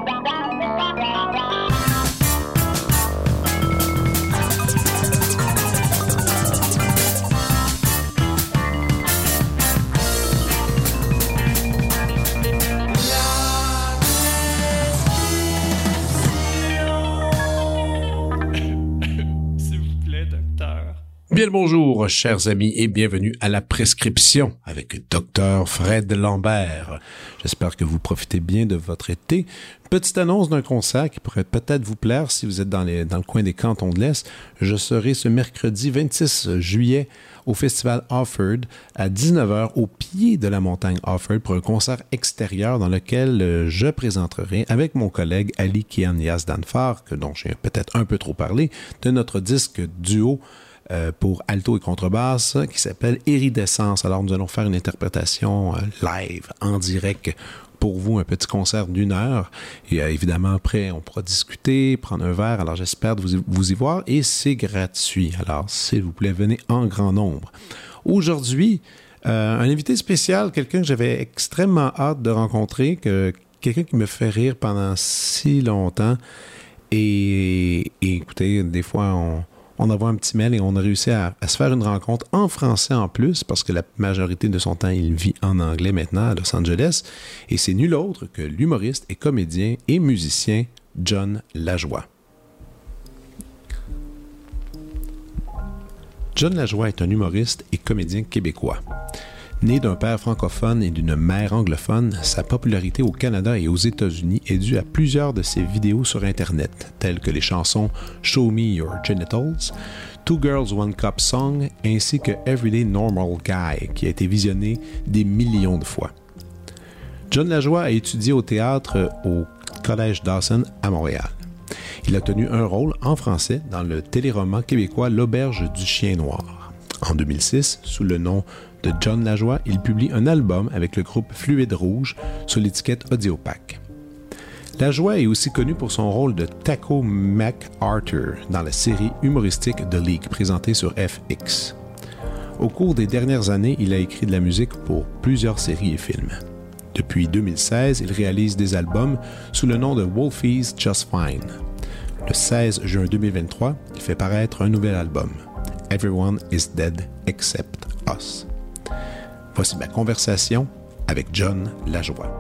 Bien le bonjour, chers amis, et bienvenue à la prescription avec Dr Fred Lambert. J'espère que vous profitez bien de votre été. Petite annonce d'un concert qui pourrait peut-être vous plaire si vous êtes dans le coin des Cantons de l'Est. Je serai ce mercredi 26 juillet au festival Offord à 19h au pied de la montagne Offord pour un concert extérieur dans lequel je présenterai avec mon collègue Ali Kian Yazdanfar, dont j'ai peut-être un peu trop parlé, de notre disque duo pour alto et contrebasse qui s'appelle Iridescence. Alors nous allons faire une interprétation live, en direct pour vous, un petit concert d'1 heure. Et évidemment, après, on pourra discuter, prendre un verre. Alors j'espère de vous y voir et c'est gratuit. Alors s'il vous plaît, venez en grand nombre. Aujourd'hui, un invité spécial, quelqu'un que j'avais extrêmement hâte de rencontrer, quelqu'un qui me fait rire pendant si longtemps. Et écoutez, des fois, on envoie un petit mail et on a réussi à se faire une rencontre en français en plus, parce que la majorité de son temps, il vit en anglais maintenant à Los Angeles. Et c'est nul autre que l'humoriste et comédien et musicien John Lajoie. John Lajoie est un humoriste et comédien québécois. Né d'un père francophone et d'une mère anglophone, sa popularité au Canada et aux États-Unis est due à plusieurs de ses vidéos sur Internet, telles que les chansons Show Me Your Genitals, Two Girls One Cup Song ainsi que Everyday Normal Guy, qui a été visionné des millions de fois. John Lajoie a étudié au théâtre au Collège Dawson à Montréal. Il a tenu un rôle en français dans le téléroman québécois L'Auberge du Chien Noir. En 2006, sous le nom de John Lajoie, il publie un album avec le groupe Fluide Rouge sur l'étiquette Audiopack. Lajoie est aussi connu pour son rôle de Taco MacArthur dans la série humoristique The League présentée sur FX. Au cours des dernières années, il a écrit de la musique pour plusieurs séries et films. Depuis 2016, il réalise des albums sous le nom de Wolfie's Just Fine. Le 16 juin 2023, il fait paraître un nouvel album, Everyone is Dead Except Us. Voici ma conversation avec John Lajoie.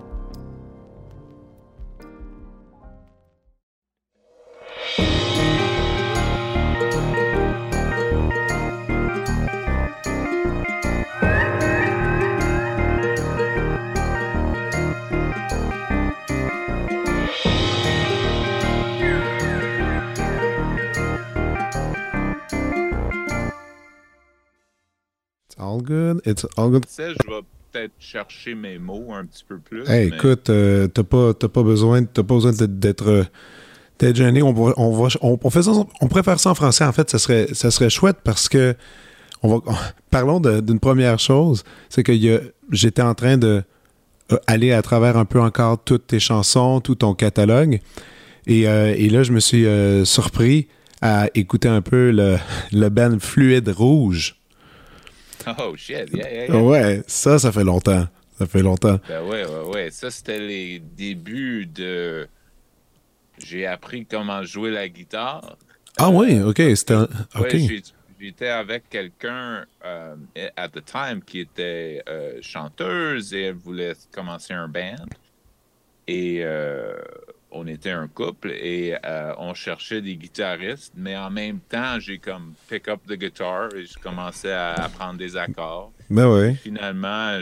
It's all good. Tu sais, je vais peut-être chercher mes mots un petit peu plus. Hey, mais... écoute, t'as pas besoin d'être gêné. On pourrait faire ça en français. En fait, ça serait chouette parce que parlons d'une première chose. C'est que j'étais en train de aller à travers un peu encore toutes tes chansons, tout ton catalogue. Et là, je me suis surpris à écouter un peu le band Fluide Rouge. Oh shit, yeah. Ouais, ça fait longtemps. Ben ouais. Ça, c'était les débuts de... J'ai appris comment jouer la guitare. Ah oui, OK. Ouais, j'étais avec quelqu'un at the time qui était chanteuse et elle voulait commencer un band. Et on était un couple et on cherchait des guitaristes, mais en même temps, j'ai comme pick up the guitar et je commençais à apprendre des accords. Ben ouais. Finalement,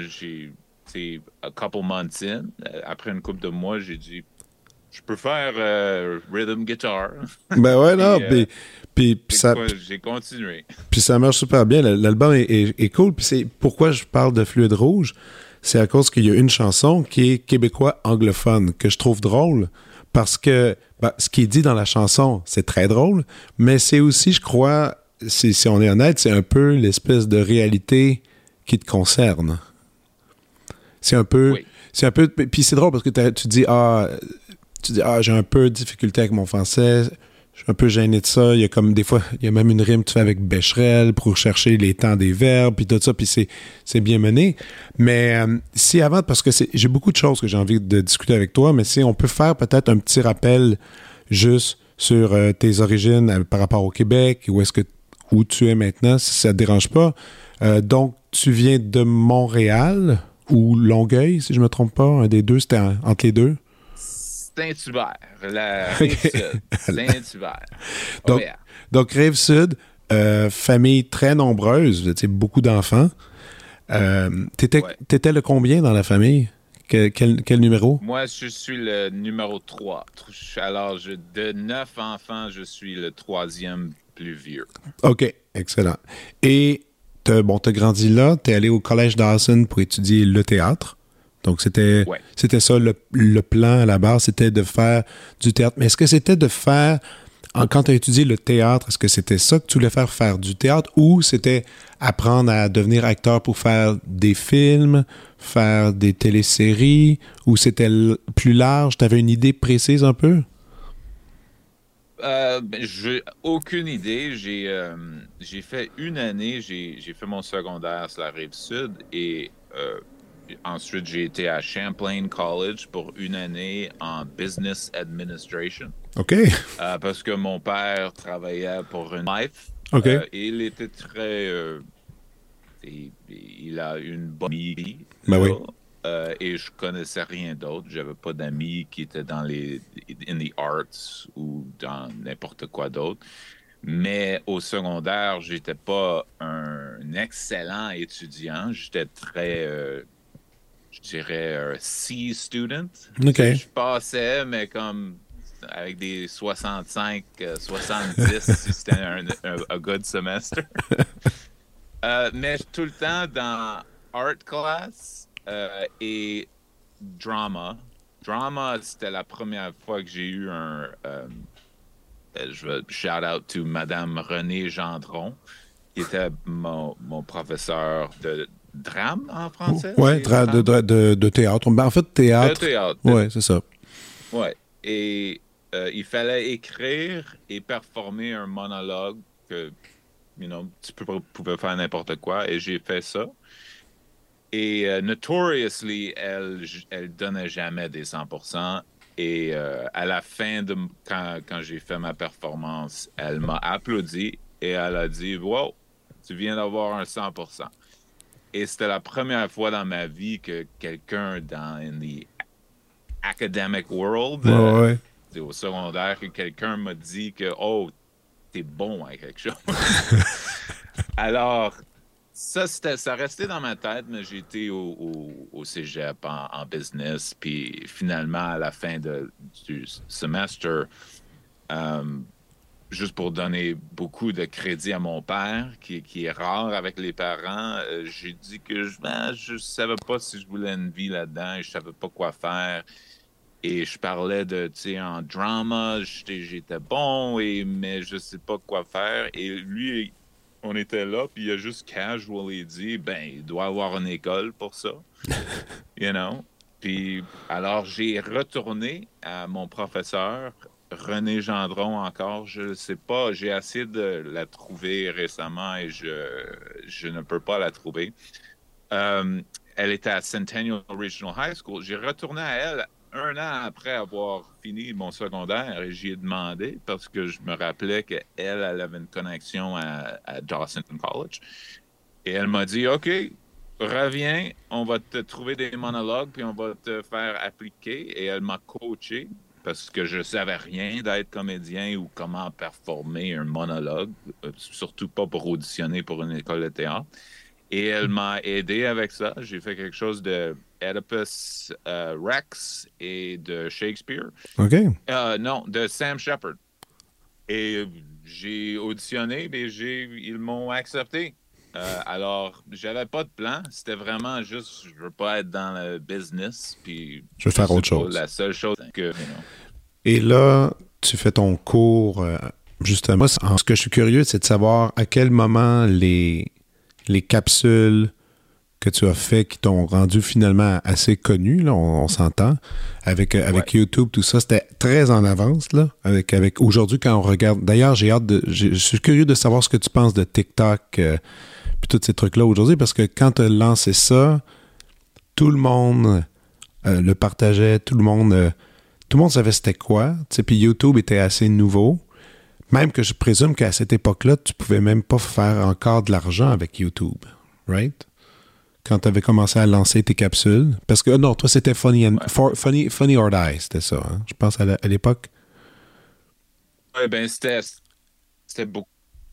a couple months in, après une couple de mois, j'ai dit, je peux faire rhythm guitar. Ben ouais, non, puis ça... J'ai continué. Puis ça marche super bien, l'album est cool, puis c'est pourquoi je parle de Fluide Rouge, c'est à cause qu'il y a une chanson qui est québécois anglophone, que je trouve drôle, parce que ce qui est dit dans la chanson, c'est très drôle, mais c'est aussi, je crois, si on est honnête, c'est un peu l'espèce de réalité qui te concerne. C'est un peu... Oui. C'est un peu... Puis c'est drôle parce que tu dis, j'ai un peu de difficulté avec mon français, Je suis un peu gêné de ça. Il y a comme des fois, il y a même une rime que tu fais avec Becherel pour chercher les temps des verbes, puis tout ça, puis c'est bien mené. Mais si avant, parce que j'ai beaucoup de choses que j'ai envie de discuter avec toi, mais si on peut faire peut-être un petit rappel juste sur tes origines par rapport au Québec, où tu es maintenant, si ça te dérange pas. Donc, tu viens de Montréal ou Longueuil, si je me trompe pas. Un des deux, c'était entre les deux. Saint-Hubert, la Rive-Sud. Saint-Hubert. Donc, Rive-Sud, famille très nombreuse, beaucoup d'enfants. T'étais le combien dans la famille? Quel numéro? Moi, je suis le numéro 3. Alors, de 9 enfants, je suis le 3e plus vieux. OK, excellent. Et t'as grandi là, t'es allé au Collège Dawson pour étudier le théâtre. Donc, c'était ça le plan à la base, c'était de faire du théâtre. Mais est-ce que c'était de faire, quand tu as étudié le théâtre, est-ce que c'était ça que tu voulais faire du théâtre ou c'était apprendre à devenir acteur pour faire des films, faire des téléséries ou c'était plus large? Tu avais une idée précise un peu? J'ai aucune idée. J'ai fait une année, j'ai fait mon secondaire sur la Rive-Sud et ensuite j'ai été à Champlain College pour une année en Business Administration. OK. Parce que mon père travaillait pour une life. OK. Et il était très... il a une bonne vie. Ben oui. Et je connaissais rien d'autre. J'avais pas d'amis qui étaient in the arts ou dans n'importe quoi d'autre. Mais au secondaire, j'étais pas un excellent étudiant. J'étais très, je dirais, un C student. OK. Je passais, mais comme avec des 65, 70, si c'était un good semester. Mais tout le temps dans art class. Et drama. Drama, c'était la première fois que j'ai eu je veux shout out to Madame Renée Gendron, qui était mon professeur de drame en français. Oui, de théâtre. Ben, en fait, théâtre. De théâtre. Oui, c'est ça. Oui. Et il fallait écrire et performer un monologue que, tu pouvais faire n'importe quoi. Et j'ai fait ça. Et notoriously, elle donnait jamais des 100%. Et à la fin quand j'ai fait ma performance, elle m'a applaudi et elle a dit « Wow, tu viens d'avoir un 100%. » Et c'était la première fois dans ma vie que quelqu'un in the academic world, au secondaire, que quelqu'un m'a dit que « Oh, t'es bon à quelque chose. » Alors... Ça restait dans ma tête, mais j'ai été au cégep en business. Puis finalement, à la fin du semestre, juste pour donner beaucoup de crédit à mon père, qui est rare avec les parents, j'ai dit que je savais pas si je voulais une vie là-dedans et je savais pas quoi faire. Et je parlais en drama, j'étais bon, mais je sais pas quoi faire. Et lui... On était là, puis il a juste casually dit, il doit avoir une école pour ça. Puis, alors, j'ai retourné à mon professeur, René Gendron encore, je ne sais pas, j'ai essayé de la trouver récemment et je ne peux pas la trouver. Elle était à Centennial Regional High School. J'ai retourné à elle 1 an après avoir fini mon secondaire et j'y ai demandé parce que je me rappelais qu'elle avait une connexion à Dawson College. Et elle m'a dit, OK, reviens, on va te trouver des monologues puis on va te faire appliquer. Et elle m'a coaché parce que je savais rien d'être comédien ou comment performer un monologue, surtout pas pour auditionner pour une école de théâtre. Et elle m'a aidé avec ça. J'ai fait quelque chose de Oedipus Rex et de Shakespeare. OK. Non, de Sam Shepard. Et j'ai auditionné, mais ils m'ont accepté. Alors, j'avais pas de plan. C'était vraiment juste, je veux pas être dans le business. Puis je veux faire autre chose. La seule chose que... Et là, tu fais ton cours, justement. Ce que je suis curieux, c'est de savoir à quel moment les capsules que tu as fait qui t'ont rendu finalement assez connu, là, on s'entend. Avec YouTube, tout ça, c'était très en avance, là. Avec aujourd'hui, quand on regarde. D'ailleurs, je suis curieux de savoir ce que tu penses de TikTok puis tous ces trucs-là aujourd'hui, parce que quand tu as lancé ça, tout le monde le partageait, tout le monde savait c'était quoi. Puis YouTube était assez nouveau. Même que je présume qu'à cette époque-là, tu pouvais même pas faire encore de l'argent avec YouTube, right? Quand tu avais commencé à lancer tes capsules. Parce que, non, toi, c'était Funny or Die, c'était ça, hein? Je pense à l'époque. Oui, ben c'était beaucoup.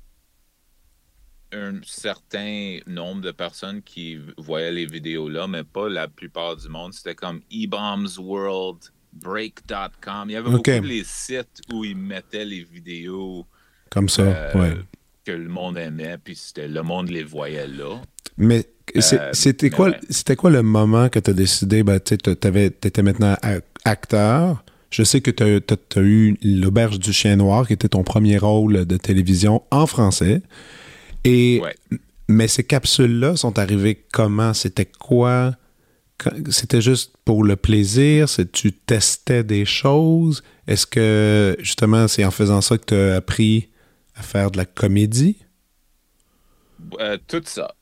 Un certain nombre de personnes qui voyaient les vidéos là, mais pas la plupart du monde. C'était comme eBombsWorld, Break.com. Il y avait beaucoup de les sites où ils mettaient les vidéos comme ça, que le monde aimait, puis le monde les voyait là. Mais c'était quoi le moment que tu as décidé, tu étais maintenant acteur. Je sais que tu as eu L'Auberge du Chien Noir, qui était ton premier rôle de télévision en français. Mais ces capsules-là sont arrivées comment? C'était quoi? C'était juste pour le plaisir? Tu testais des choses? Est-ce que, justement, c'est en faisant ça que tu as appris à faire de la comédie? Tout ça.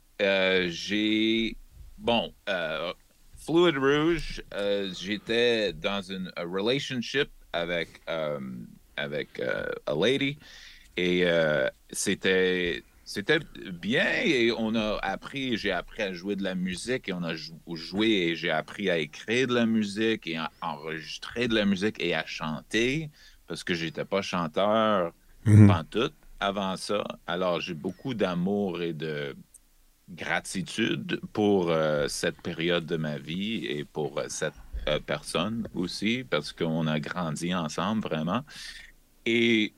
Fluid Rouge, j'étais dans une relationship avec a lady et c'était bien et j'ai appris à jouer de la musique et on a joué et j'ai appris à écrire de la musique et à enregistrer de la musique et à chanter parce que j'étais pas chanteur pantoute avant ça. Alors j'ai beaucoup d'amour et de gratitude pour cette période de ma vie et pour cette personne aussi parce qu'on a grandi ensemble vraiment. Et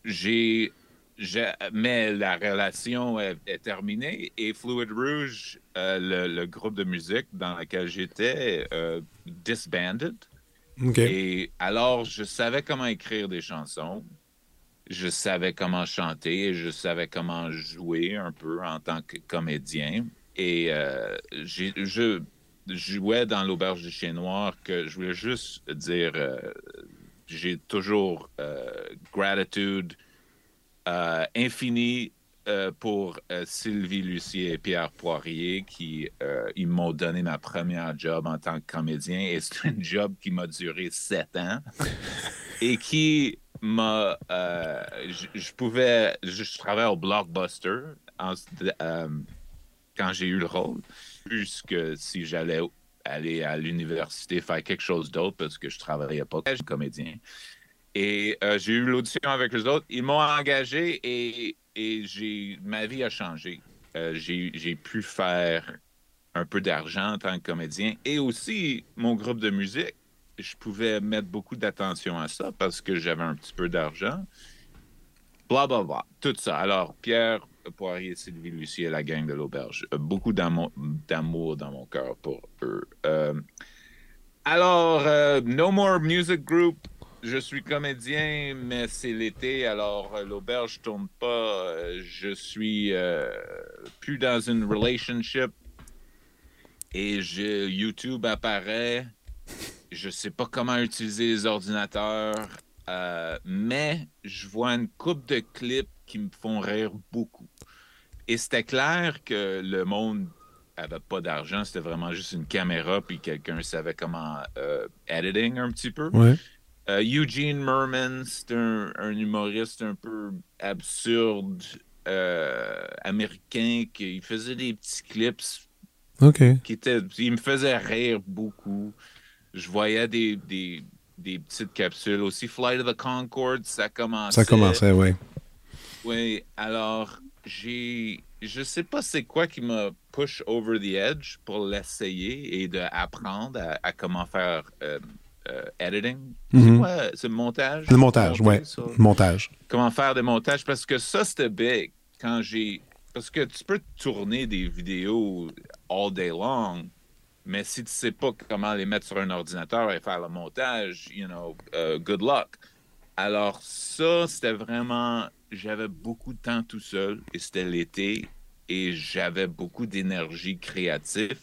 mais la relation est terminée et Fluid Rouge, le groupe de musique dans lequel j'étais, disbanded. Et alors, je savais comment écrire des chansons, je savais comment chanter et je savais comment jouer un peu en tant que comédien. Et je jouais dans l'Auberge du Chien Noir que je voulais juste dire, j'ai toujours gratitude infinie pour Sylvie Lucier et Pierre Poirier qui ils m'ont donné ma première job en tant que comédien et c'est un job qui m'a duré 7 ans et qui m'a je travaillais au Blockbuster quand j'ai eu le rôle plus que si j'allais aller à l'université faire quelque chose d'autre parce que je travaillais pas comme comédien. Et j'ai eu l'audition avec les autres. Ils m'ont engagé et ma vie a changé. J'ai pu faire un peu d'argent en tant que comédien et aussi mon groupe de musique. Je pouvais mettre beaucoup d'attention à ça parce que j'avais un petit peu d'argent. Bla, bla, bla. Tout ça. Alors, Pierre Poirier, Sylvie Lucier et la gang de l'Auberge. Beaucoup d'amour dans mon cœur pour eux. No More Music Group. Je suis comédien, mais c'est l'été, alors l'auberge tourne pas. Je suis plus dans une relationship et YouTube apparaît. Je sais pas comment utiliser les ordinateurs, mais je vois une couple de clips qui me font rire beaucoup. Et c'était clair que le monde avait pas d'argent, c'était vraiment juste une caméra puis quelqu'un savait comment editing un petit peu. Ouais. Eugene Merman, c'est un humoriste un peu absurde américain qui faisait des petits clips il me faisait rire beaucoup. Je voyais des petites capsules aussi. Flight of the Conchords, ça commençait. Ça commençait, oui. Oui, alors je sais pas c'est quoi qui m'a push over the edge pour l'essayer et d'apprendre à comment faire editing. C'est quoi? C'est le montage? Le montage, oui. Montage. Comment faire des montages? Parce que ça, c'était big. Parce que tu peux tourner des vidéos all day long, mais si tu sais pas comment les mettre sur un ordinateur et faire le montage, good luck. Alors ça, c'était vraiment... J'avais beaucoup de temps tout seul et c'était l'été et j'avais beaucoup d'énergie créative.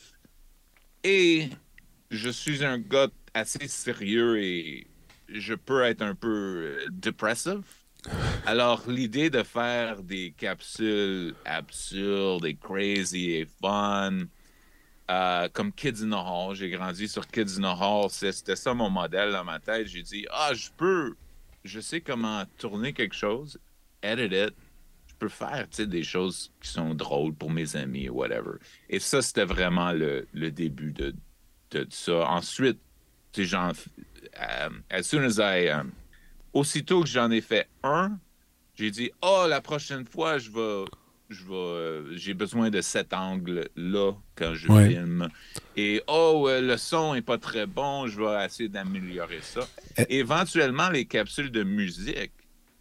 Et je suis un gars assez sérieux et je peux être un peu dépressif. Alors, l'idée de faire des capsules absurdes et crazy et fun, comme Kids in the Hall, j'ai grandi sur Kids in the Hall, c'était ça mon modèle dans ma tête. J'ai dit, je sais comment tourner quelque chose, edit it, je peux faire des choses qui sont drôles pour mes amis ou whatever. Et ça, c'était vraiment le début de ça. Ensuite, genre, as soon as aussitôt que j'en ai fait un, j'ai dit, la prochaine fois, j'ai besoin de cet angle-là quand je filme. Et, le son est pas très bon, je vais essayer d'améliorer ça. Et éventuellement, les capsules de musique,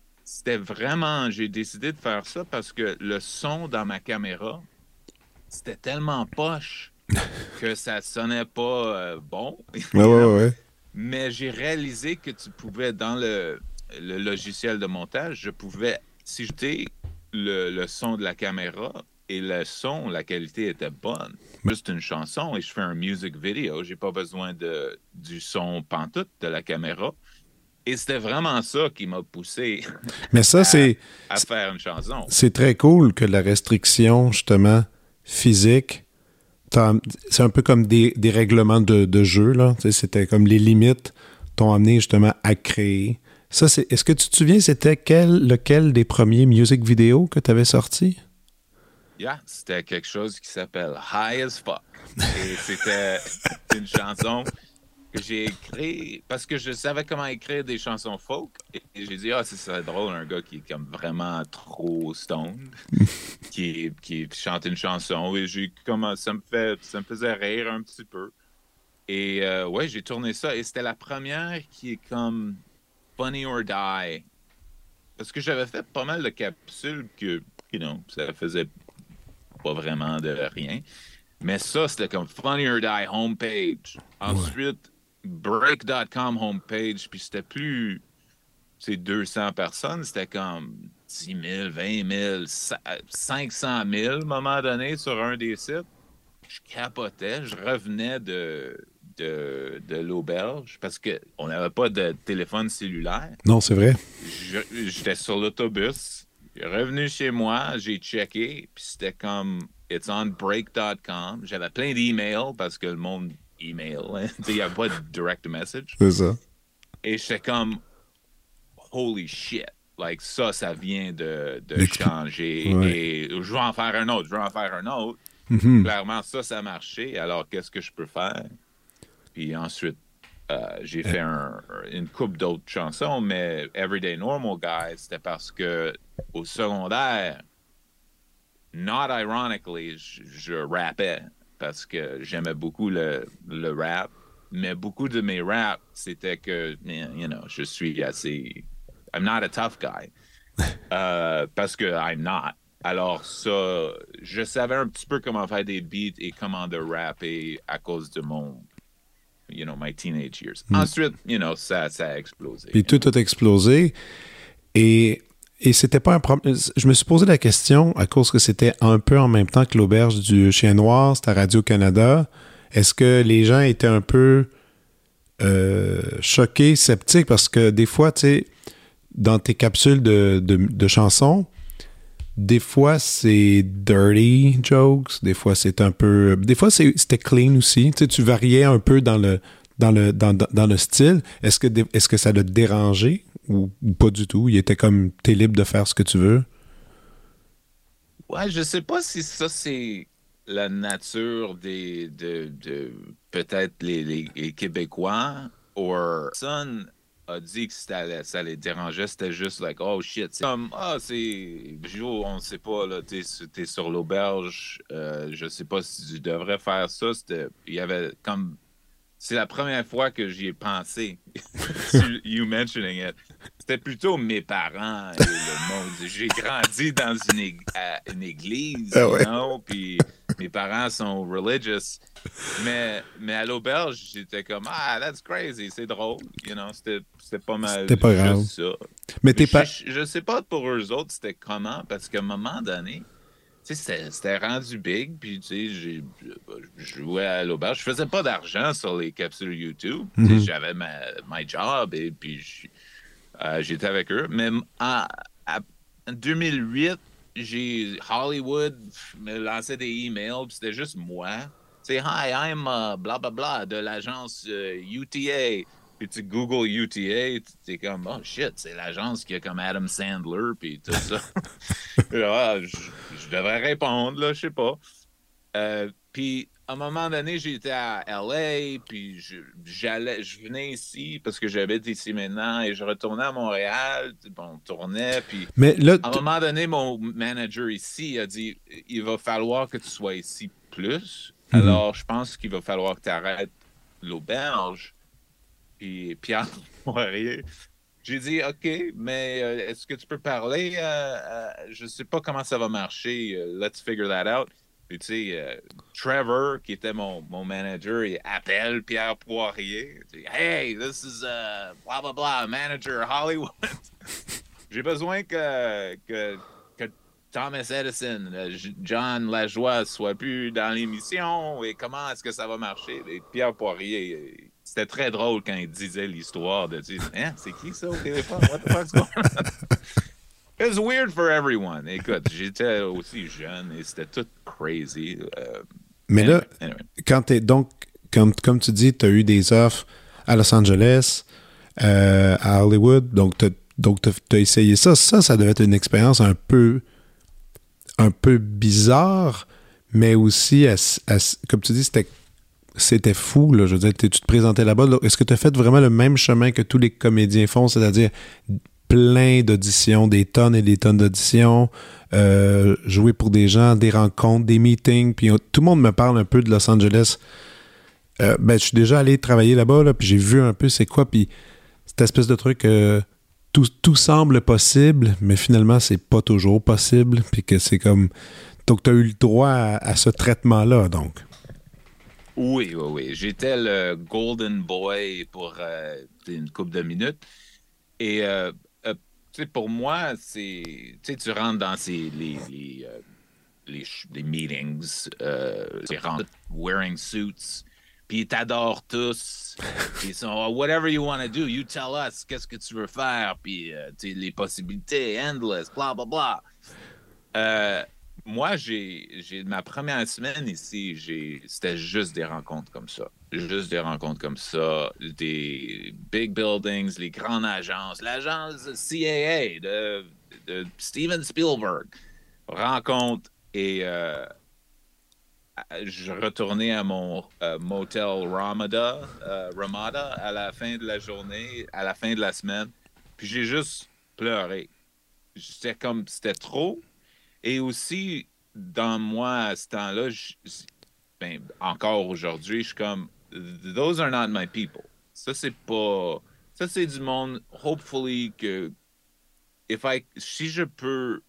j'ai décidé de faire ça parce que le son dans ma caméra, c'était tellement poche que ça sonnait pas bon. Ouais. Mais j'ai réalisé que tu pouvais, dans le logiciel de montage, je pouvais ajouter le son de la caméra et la qualité était bonne. Juste une chanson et je fais un music video, j'ai pas besoin du son pantoute de la caméra. Et c'était vraiment ça qui m'a poussé Mais ça, à faire une chanson. C'est très cool que la restriction, justement, physique, c'est un peu comme des règlements de jeu, là. C'était comme les limites t'ont amené justement à créer. Ça, est-ce que tu te souviens, c'était lequel des premiers music vidéos que tu avais sorti? Yeah, c'était quelque chose qui s'appelle High as Fuck. Et c'était une chanson que j'ai écrite parce que je savais comment écrire des chansons folk. Et j'ai dit, ce serait drôle, un gars qui est comme vraiment trop stoned, qui chante une chanson. Et ça me faisait rire un petit peu. Et j'ai tourné ça. Et c'était la première qui est comme Funny or Die. Parce que j'avais fait pas mal de capsules que, ça faisait pas vraiment de rien. Mais ça, c'était comme Funny or Die homepage. Ensuite, Break.com homepage. Puis c'était plus 200 personnes. C'était comme 10 000, 20 000, 500 000 à un moment donné sur un des sites. Je capotais. Je revenais de l'auberge parce qu'on n'avait pas de téléphone cellulaire. Non, c'est vrai. J'étais sur l'autobus. J'ai revenu chez moi, j'ai checké, puis c'était comme it's on break.com. J'avais plein d'emails parce que le monde email. Hein? Il n'y a pas de direct message. C'est ça. Et j'étais comme holy shit. Like ça vient de changer. Ouais. Et je vais en faire un autre. Mm-hmm. Clairement, ça a marché. Alors, qu'est-ce que je peux faire? Puis ensuite, j'ai fait une couple d'autres chansons, mais Everyday Normal Guy, c'était parce que au secondaire, not ironically, je rappais parce que j'aimais beaucoup le rap, mais beaucoup de mes raps, c'était que, je suis assez... I'm not a tough guy. Parce que I'm not. Alors ça, je savais un petit peu comment faire des beats et comment de rapper à cause de my teenage years. Ensuite, ça a explosé. Puis tout a explosé. Et c'était pas un problème. Je me suis posé la question à cause que c'était un peu en même temps que l'auberge du Chien Noir, c'était à Radio-Canada. Est-ce que les gens étaient un peu choqués, sceptiques? Parce que des fois, tu sais, dans tes capsules de chansons, des fois, c'est dirty jokes. Des fois, c'est un peu... Des fois, c'était clean aussi. Tu sais, tu variais un peu dans le style. Est-ce que ça l'a dérangé ou pas du tout? Il était comme, t'es libre de faire ce que tu veux? Ouais, je sais pas si ça, c'est la nature de peut-être les Québécois ou personne a dit que ça les dérangeait, c'était juste like, oh shit, c'est comme, c'est Joe, on sait pas, là, t'es sur l'auberge, je sais pas si tu devrais faire ça, il y avait comme, c'est la première fois que j'y ai pensé, you mentioning it, c'était plutôt mes parents et le monde, j'ai grandi dans une église, puis mes parents sont religious, mais à l'auberge, j'étais comme, that's crazy, c'est drôle, c'était pas mal. C'était pas grave. Ça. Mais je sais pas pour eux autres, c'était comment, parce qu'à un moment donné, tu sais, c'était rendu big, puis tu sais, je jouais à l'auberge. Je faisais pas d'argent sur les capsules YouTube. Tu sais, Mhm. j'avais my job et puis j'étais avec eux. Mais en 2008, Hollywood me lançait des emails, puis c'était juste moi. Tu sais, hi, I'm blah blah blah de l'agence UTA. Puis tu Google UTA, t'es comme, oh shit, c'est l'agence qui a comme Adam Sandler, puis tout ça. Ah, je devrais répondre, là, je sais pas. Puis, à un moment donné, j'étais à LA, puis je venais ici parce que j'habite ici maintenant et je retournais à Montréal. Bon, on tournait, puis Mais là, à un moment donné, mon manager ici a dit, il va falloir que tu sois ici plus. Mhm. Alors, je pense qu'il va falloir que tu arrêtes l'auberge. Puis Pierre Poirier, j'ai dit, OK, mais est-ce que tu peux parler? Je ne sais pas comment ça va marcher. Let's figure that out. Puis, tu sais, Trevor, qui était mon manager, il appelle Pierre Poirier. Il dit, hey, this is blah, blah, blah, manager Hollywood. J'ai besoin que Thomas Edison, John Lajoie soit plus dans l'émission et comment est-ce que ça va marcher? Et Pierre Poirier, c'était très drôle quand il disait l'histoire de dire, hein, c'est qui ça au téléphone? What the fuck's going on? It was weird for everyone. Écoute, j'étais aussi jeune et c'était tout crazy. mais là, Anyway. quand t'es donc, comme tu dis, tu as eu des offres à Los Angeles, à Hollywood, donc t'as essayé ça. Ça devait être une expérience un peu bizarre, mais aussi, comme tu dis, c'était fou, là. Je veux dire, tu te présentais là-bas. Là. Est-ce que tu as fait vraiment le même chemin que tous les comédiens font, c'est-à-dire plein d'auditions, des tonnes et des tonnes d'auditions, jouer pour des gens, des rencontres, des meetings, puis tout le monde me parle un peu de Los Angeles. Ben, je suis déjà allé travailler là-bas, là, puis j'ai vu un peu c'est quoi, puis cette espèce de truc, tout semble possible, mais finalement, c'est pas toujours possible, puis que c'est comme... Donc, tu as eu le droit à ce traitement-là, donc. Oui, oui, oui. J'étais le Golden Boy pour une couple de minutes. Et tu sais, pour moi, tu sais, tu rentres dans les meetings, tu rentres wearing suits, puis ils t'adorent tous. Puis ils sont, oh, whatever you want to do, you tell us, qu'est-ce que tu veux faire, puis tu sais, les possibilités, endless, bla, bla, bla. Euh, Moi, j'ai ma première semaine ici, c'était juste des rencontres comme ça. Juste des rencontres comme ça, des big buildings, les grandes agences, l'agence CAA de Steven Spielberg. Rencontre et je retournais à mon motel Ramada à la fin de la journée, à la fin de la semaine. Puis j'ai juste pleuré. C'était trop. Et aussi, dans moi, à ce temps-là, ben, encore aujourd'hui, je suis comme, those are not my people. Ça, c'est pas. Ça, c'est du monde, hopefully, que si je peux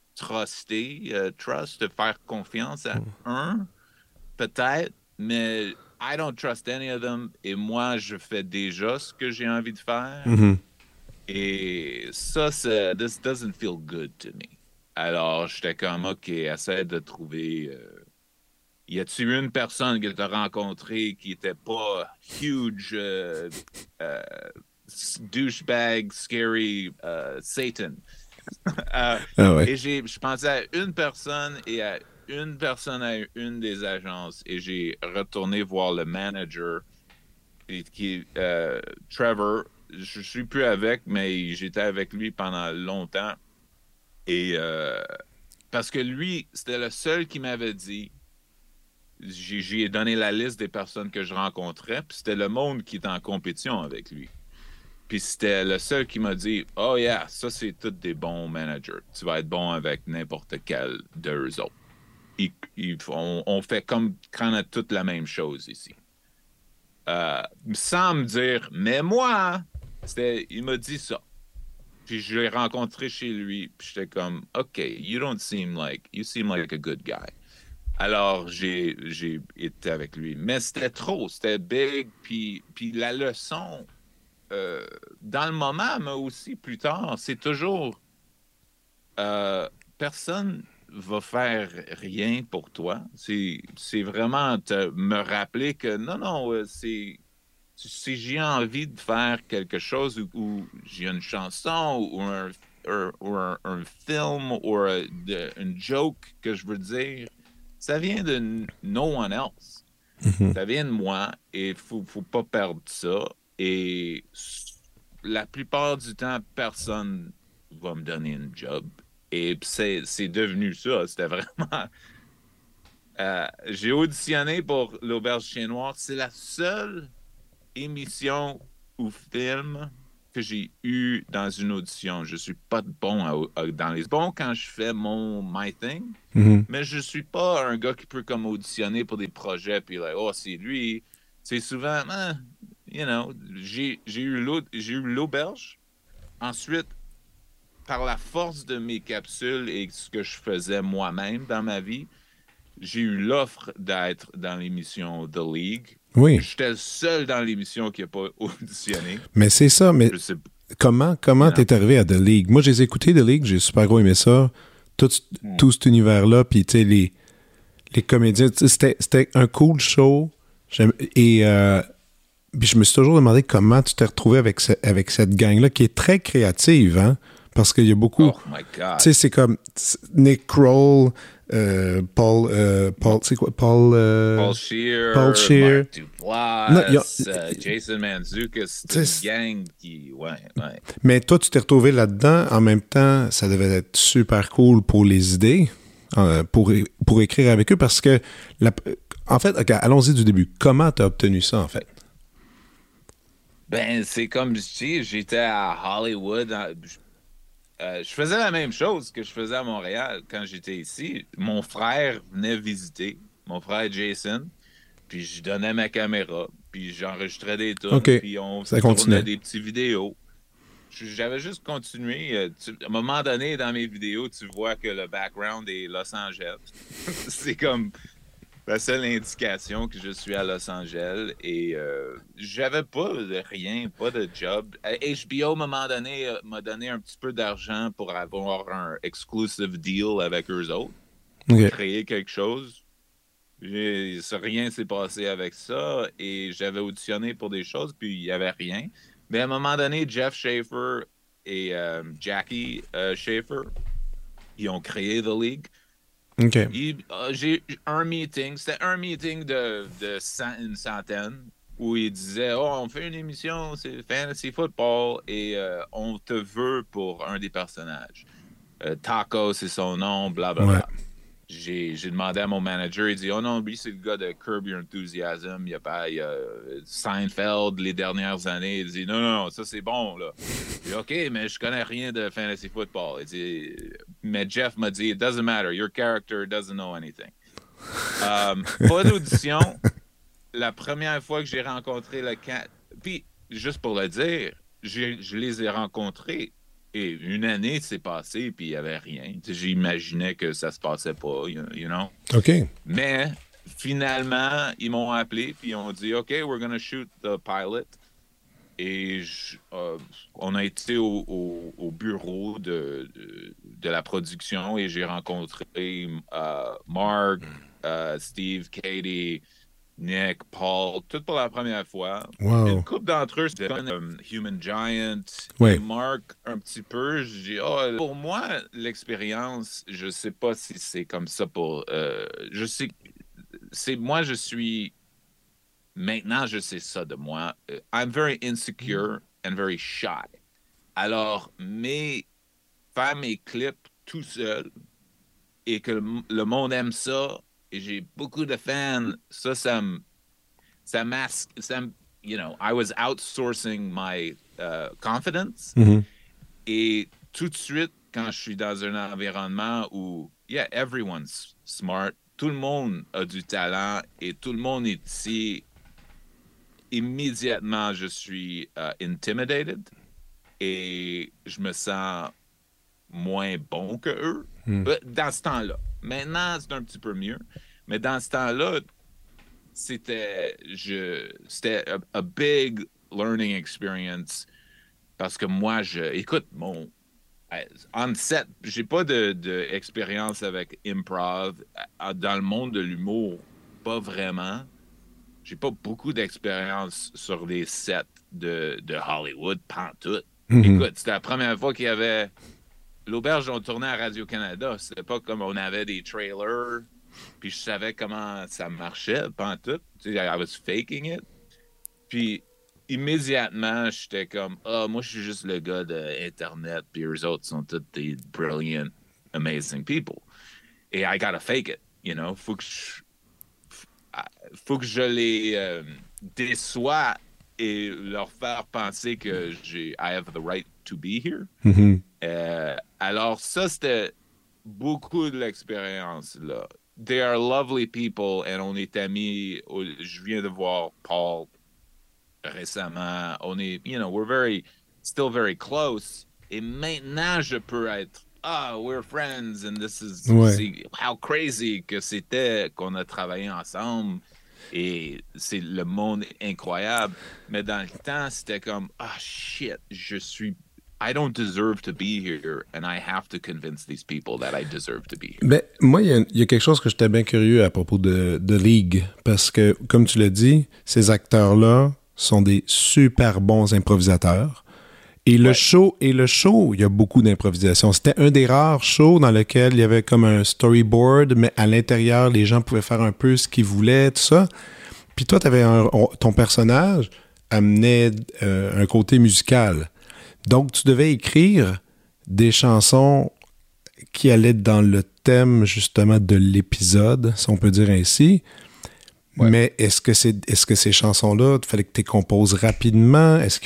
faire confiance à un, peut-être, mais I don't trust any of them. Et moi, je fais déjà ce que j'ai envie de faire. Mhm. Et ça, this doesn't feel good to me. Alors, j'étais comme, OK, essaie de trouver. Y a-t-il une personne que tu as rencontrée qui était pas huge, euh, douchebag, scary, Satan? Euh, Ah ouais. et je pensais à une personne et à une personne à une des agences et j'ai retourné voir le manager Trevor. Je suis plus avec, mais j'étais avec lui pendant longtemps. Et parce que lui, c'était le seul qui m'avait dit, j'ai donné la liste des personnes que je rencontrais, puis c'était le monde qui était en compétition avec lui. Puis c'était le seul qui m'a dit, oh yeah, ça c'est tous des bons managers. Tu vas être bon avec n'importe quel d'eux autres. On fait comme quand on a toute la même chose ici. Sans me dire, mais moi, il m'a dit ça. Puis je l'ai rencontré chez lui, puis j'étais comme, OK, you seem like a good guy. Alors, j'ai été avec lui. Mais c'était trop, c'était big, puis la leçon, dans le moment, mais aussi plus tard, c'est toujours, euh, personne va faire rien pour toi. C'est vraiment me rappeler que non, si j'ai envie de faire quelque chose ou j'ai une chanson ou un film ou une joke que je veux dire, ça vient de no one else. Mhm. Ça vient de moi et faut pas perdre ça. Et la plupart du temps, personne va me donner une job. Et c'est devenu ça. C'était vraiment. J'ai auditionné pour l'Auberge Chien Noir. C'est la seule émission ou film que j'ai eu dans une audition. Je suis pas bon dans les bons quand je fais mon My Thing, Mhm. mais je suis pas un gars qui peut comme auditionner pour des projets puis like, oh c'est lui. C'est souvent, j'ai eu l'auberge. Ensuite, par la force de mes capsules et ce que je faisais moi-même dans ma vie, j'ai eu l'offre d'être dans l'émission The League. Oui, J'étais le seul dans l'émission qui n'a pas auditionné. mais c'est ça. Mais Je sais, comment you know. t'es arrivé à The League? Moi, j'ai écouté The League, j'ai super gros aimé ça. Tout, Hmm. tout cet univers-là, puis tu sais, les comédiens, tu sais, c'était un cool show. Et puis je me suis toujours demandé comment tu t'es retrouvé avec cette gang-là qui est très créative, hein? Parce qu'il y a beaucoup. Oh my Tu sais, God. c'est comme Nick Kroll, Paul, c'est quoi? Paul Paul Scheer, Scheer. Mark Non, Duplass, Jason Mantzoukas, c'est une gang qui. Ouais, ouais. mais toi, tu t'es retrouvé là-dedans. En même temps, ça devait être super cool pour les idées, pour écrire avec eux, parce que, en fait, ok, allons-y du début. Comment tu as obtenu ça, en fait? Ben, c'est comme je dis, j'étais à Hollywood. Je faisais la même chose que je faisais à Montréal quand j'étais ici. Mon frère venait visiter, mon frère Jason, puis je donnais ma caméra, puis j'enregistrais des OK, tunes, puis on ça tournait continuait. des petits vidéos. J'avais juste continué. À un moment donné, dans mes vidéos, tu vois que le background est Los Angeles. C'est comme la seule indication que je suis à Los Angeles et j'avais pas de rien, pas de job. HBO, à un moment donné, m'a donné un petit peu d'argent pour avoir un exclusive deal avec eux autres, pour OK. créer quelque chose. Rien s'est passé avec ça et j'avais auditionné pour des choses, puis il n'y avait rien. Mais à un moment donné, Jeff Schaefer et Jackie Schaefer, ils ont créé The League. OK. J'ai eu un meeting, c'était un meeting une centaine, où ils disaient, oh, on fait une émission, c'est Fantasy Football, et on te veut pour un des personnages. Taco, c'est son nom, Ouais. blablabla. J'ai demandé à mon manager, il dit, oh non, lui, c'est le gars de Curb Your Enthusiasm, il y a Seinfeld les dernières années. Il dit, non, non, non, ça c'est bon, là. J'ai dit, OK, mais je connais rien de fantasy football. Il dit, mais Jeff m'a dit, it doesn't matter, your character doesn't know anything. Pas d'audition. La première fois que j'ai rencontré le cat, puis juste pour le dire, je les ai rencontrés et une année s'est passée puis il n'y avait rien. Tu sais, j'imaginais que ça se passait pas, you know. OK. Mais finalement, ils m'ont appelé puis ils ont dit, OK, we're gonna shoot the pilot. Et on a été au bureau de la production et j'ai rencontré Mark, Steve, Katie, Nick, Paul, tout pour la première fois. Une Wow. couple d'entre eux, c'était Human Giant. Et Ouais. Mark, un petit peu, je dis, oh, pour moi, l'expérience, je sais pas si c'est comme ça pour. Je sais, moi, je suis. Maintenant, je sais ça de moi. I'm very insecure and very shy. Alors, faire mes clips tout seul et que le monde aime ça et j'ai beaucoup de fans, ça masque, I was outsourcing my confidence. Mhm. Et tout de suite, quand je suis dans un environnement où, yeah, everyone's smart, tout le monde a du talent et tout le monde est ici, immédiatement, je suis intimidated et je me sens moins bon que eux. Mm. Dans ce temps-là. Maintenant, c'est un petit peu mieux. Mais dans ce temps-là, c'était a big learning experience parce que moi, écoute, On set, j'ai pas de expérience avec improv. Dans le monde de l'humour, pas vraiment. J'ai pas beaucoup d'expérience sur des sets de Hollywood, pantoute. Mhm. Écoute, c'était la première fois qu'il y avait l'auberge on tournait à Radio-Canada. C'était pas comme on avait des trailers, puis je savais comment ça marchait, pantoute. Tu sais, I was faking it. Puis immédiatement, j'étais comme, ah, moi, je suis juste le gars d'Internet, puis eux autres sont tous des brilliant, amazing people. Et I gotta fake it, you know? Faut que je les déçois et leur faire penser que I have the right to be here. Mhm. Alors, ça, c'était beaucoup de l'expérience, là. They are lovely people, et on est amis. Je viens de voir Paul récemment. On est, still very close. Et maintenant, je peux être, we're friends, and Ouais. c'est how crazy que c'était qu'on a travaillé ensemble. Et c'est le monde incroyable. Mais dans le temps, c'était comme, shit, I don't deserve to be here, and I have to convince these people that I deserve to be here. Ben, moi, il y a quelque chose que j'étais bien curieux à propos de League, parce que, comme tu l'as dit, ces acteurs-là sont des super bons improvisateurs. Et le Ouais. show, il y a beaucoup d'improvisation. C'était un des rares shows dans lequel il y avait comme un storyboard, mais à l'intérieur, les gens pouvaient faire un peu ce qu'ils voulaient, tout ça. Puis toi, ton personnage amenait un côté musical. Donc, tu devais écrire des chansons qui allaient dans le thème, justement, de l'épisode, si on peut dire ainsi. Ouais. Mais est-ce que ces chansons-là, il fallait que tu les composes rapidement? Est-ce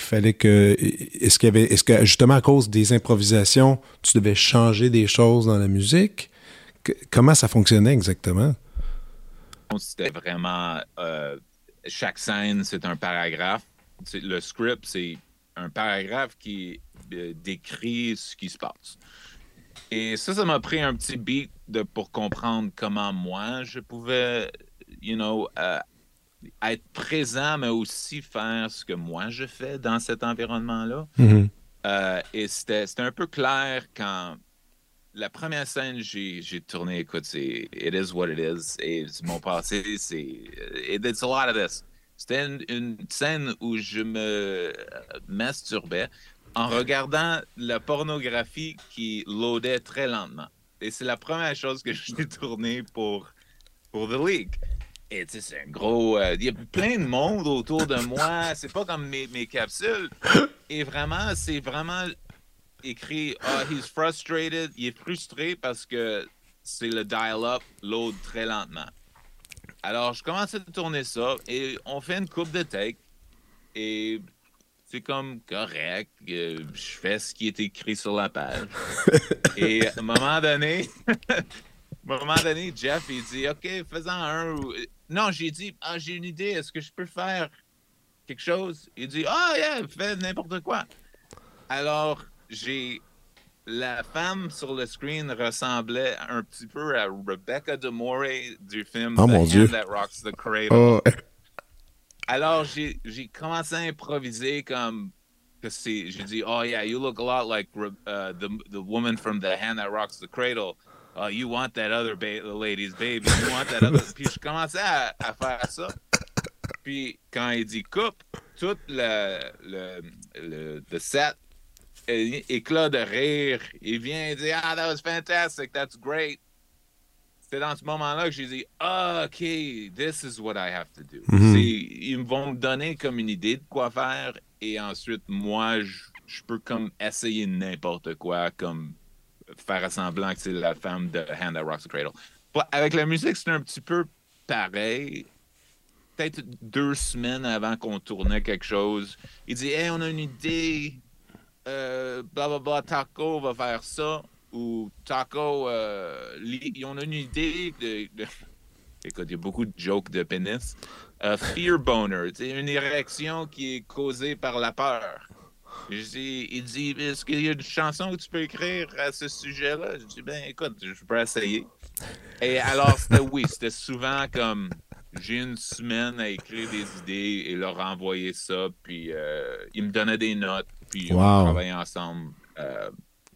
que justement à cause des improvisations, tu devais changer des choses dans la musique? Comment ça fonctionnait exactement? C'était vraiment chaque scène, c'est un paragraphe. Le script, c'est un paragraphe qui décrit ce qui se passe. Et ça m'a pris un petit beat pour comprendre comment moi je pouvais, être présent, mais aussi faire ce que moi je fais dans cet environnement-là. Mm-hmm. Et c'était un peu clair quand la première scène j'ai tourné, écoute, c'est It is what it is. Et mon passé, it's a lot of this. C'était une scène où je me masturbais en regardant la pornographie qui loadait très lentement. Et c'est la première chose que j'ai tournée pour The League. Et tu sais, c'est un gros. Il y a plein de monde autour de moi. C'est pas comme mes capsules. Et vraiment, c'est vraiment écrit he's frustrated. Il est frustré parce que c'est le dial-up load très lentement. Alors, je commence à tourner ça et on fait une coupe de take. Et c'est comme correct. Je fais ce qui est écrit sur la page. Et à un moment donné. À un moment donné, Jeff, il dit, OK, faisons un. Non, j'ai dit, j'ai une idée, est-ce que je peux faire quelque chose? Il dit, yeah, fais n'importe quoi. Alors, la femme sur le screen ressemblait un petit peu à Rebecca De Morey du film Oh The mon Dieu. Hand That Rocks the Cradle. Oh. Alors, j'ai commencé à improviser comme que j'ai dit, yeah, you look a lot like the woman from The Hand That Rocks the Cradle. You want that other lady's baby. You want that other. Puis je commençais à faire ça. Puis quand il dit coupe, tout le set éclat de rire. Il vient dire that was fantastic, that's great. C'était dans ce moment-là que j'ai dit OK, this is what I have to do. Mm-hmm. Ils vont me donner comme une idée de quoi faire et ensuite moi je peux comme essayer n'importe quoi comme faire semblant que c'est la femme de Hand That Rocks the Cradle. Avec la musique, c'est un petit peu pareil. Peut-être 2 semaines avant qu'on tournait quelque chose, il dit hey, on a une idée, blablabla, Taco va faire ça, ou Taco, on a une idée Écoute, il y a beaucoup de jokes de pénis. Fear boner, une érection qui est causée par la peur. Il dit, est-ce qu'il y a une chanson que tu peux écrire à ce sujet-là? Je dis, ben écoute, je peux essayer. Et alors, c'était souvent comme, j'ai une semaine à écrire des idées et leur envoyer ça, puis ils me donnaient des notes, puis on travaillait ensemble.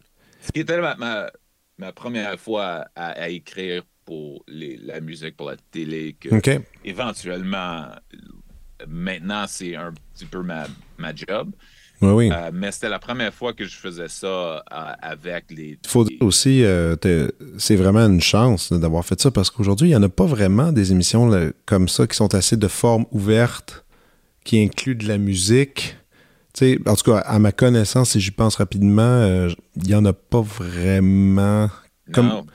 Ce qui était ma première fois à écrire pour la musique pour la télé, que OK. éventuellement, maintenant, c'est un petit peu ma job. Oui, oui. Mais c'était la première fois que je faisais ça avec Il faut dire aussi, c'est vraiment une chance d'avoir fait ça parce qu'aujourd'hui, il n'y en a pas vraiment des émissions là, comme ça qui sont assez de forme ouverte, qui incluent de la musique. Tu sais, en tout cas, à ma connaissance, si j'y pense rapidement, il n'y en a pas vraiment. Comme, Non,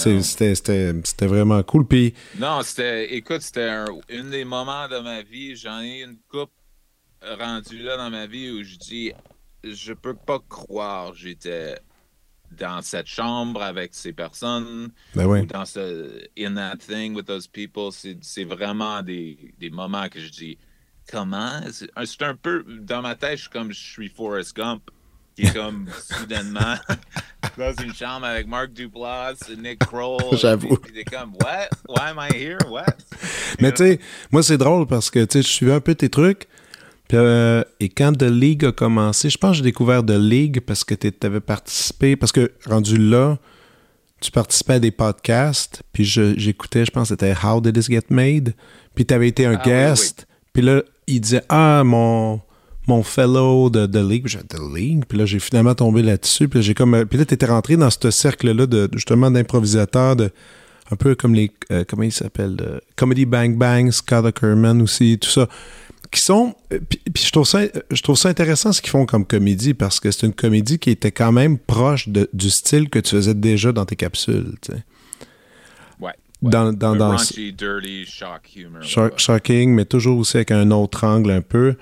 c'était vraiment cool. Puis, non, écoute, c'était un des moments de ma vie. J'en ai une coupe rendue là dans ma vie où je dis, je peux pas croire j'étais dans cette chambre avec ces personnes ben ouais. ou in that thing with those people. C'est vraiment des moments que je dis, comment? C'est un peu, dans ma tête, je suis Forrest Gump, qui est comme soudainement dans une chambre avec Mark Duplass, Nick Kroll. J'avoue. Puis t'es comme, what? Why am I here? What? Mais tu sais, moi, c'est drôle parce que tu sais, je suivais un peu tes trucs. Puis, et quand The League a commencé, je pense que j'ai découvert The League parce que tu avais participé, parce que rendu là, tu participais à des podcasts, puis j'écoutais, je pense que c'était How Did This Get Made, puis tu avais été un guest, puis là, il disait, mon fellow de The League, puis j'ai The League, puis là, j'ai finalement tombé là-dessus, puis là, tu étais rentré dans ce cercle-là, justement, d'improvisateurs, un peu comme les, comment ils s'appellent, Comedy Bang Bang, Scott Ackerman aussi, tout ça, qui sont, puis je trouve ça intéressant ce qu'ils font comme comédie, parce que c'est une comédie qui était quand même proche du style que tu faisais déjà dans tes capsules, tu sais. Ouais. Dans raunchy, dirty, shock humor. Shocking, mais toujours aussi avec un autre angle un peu.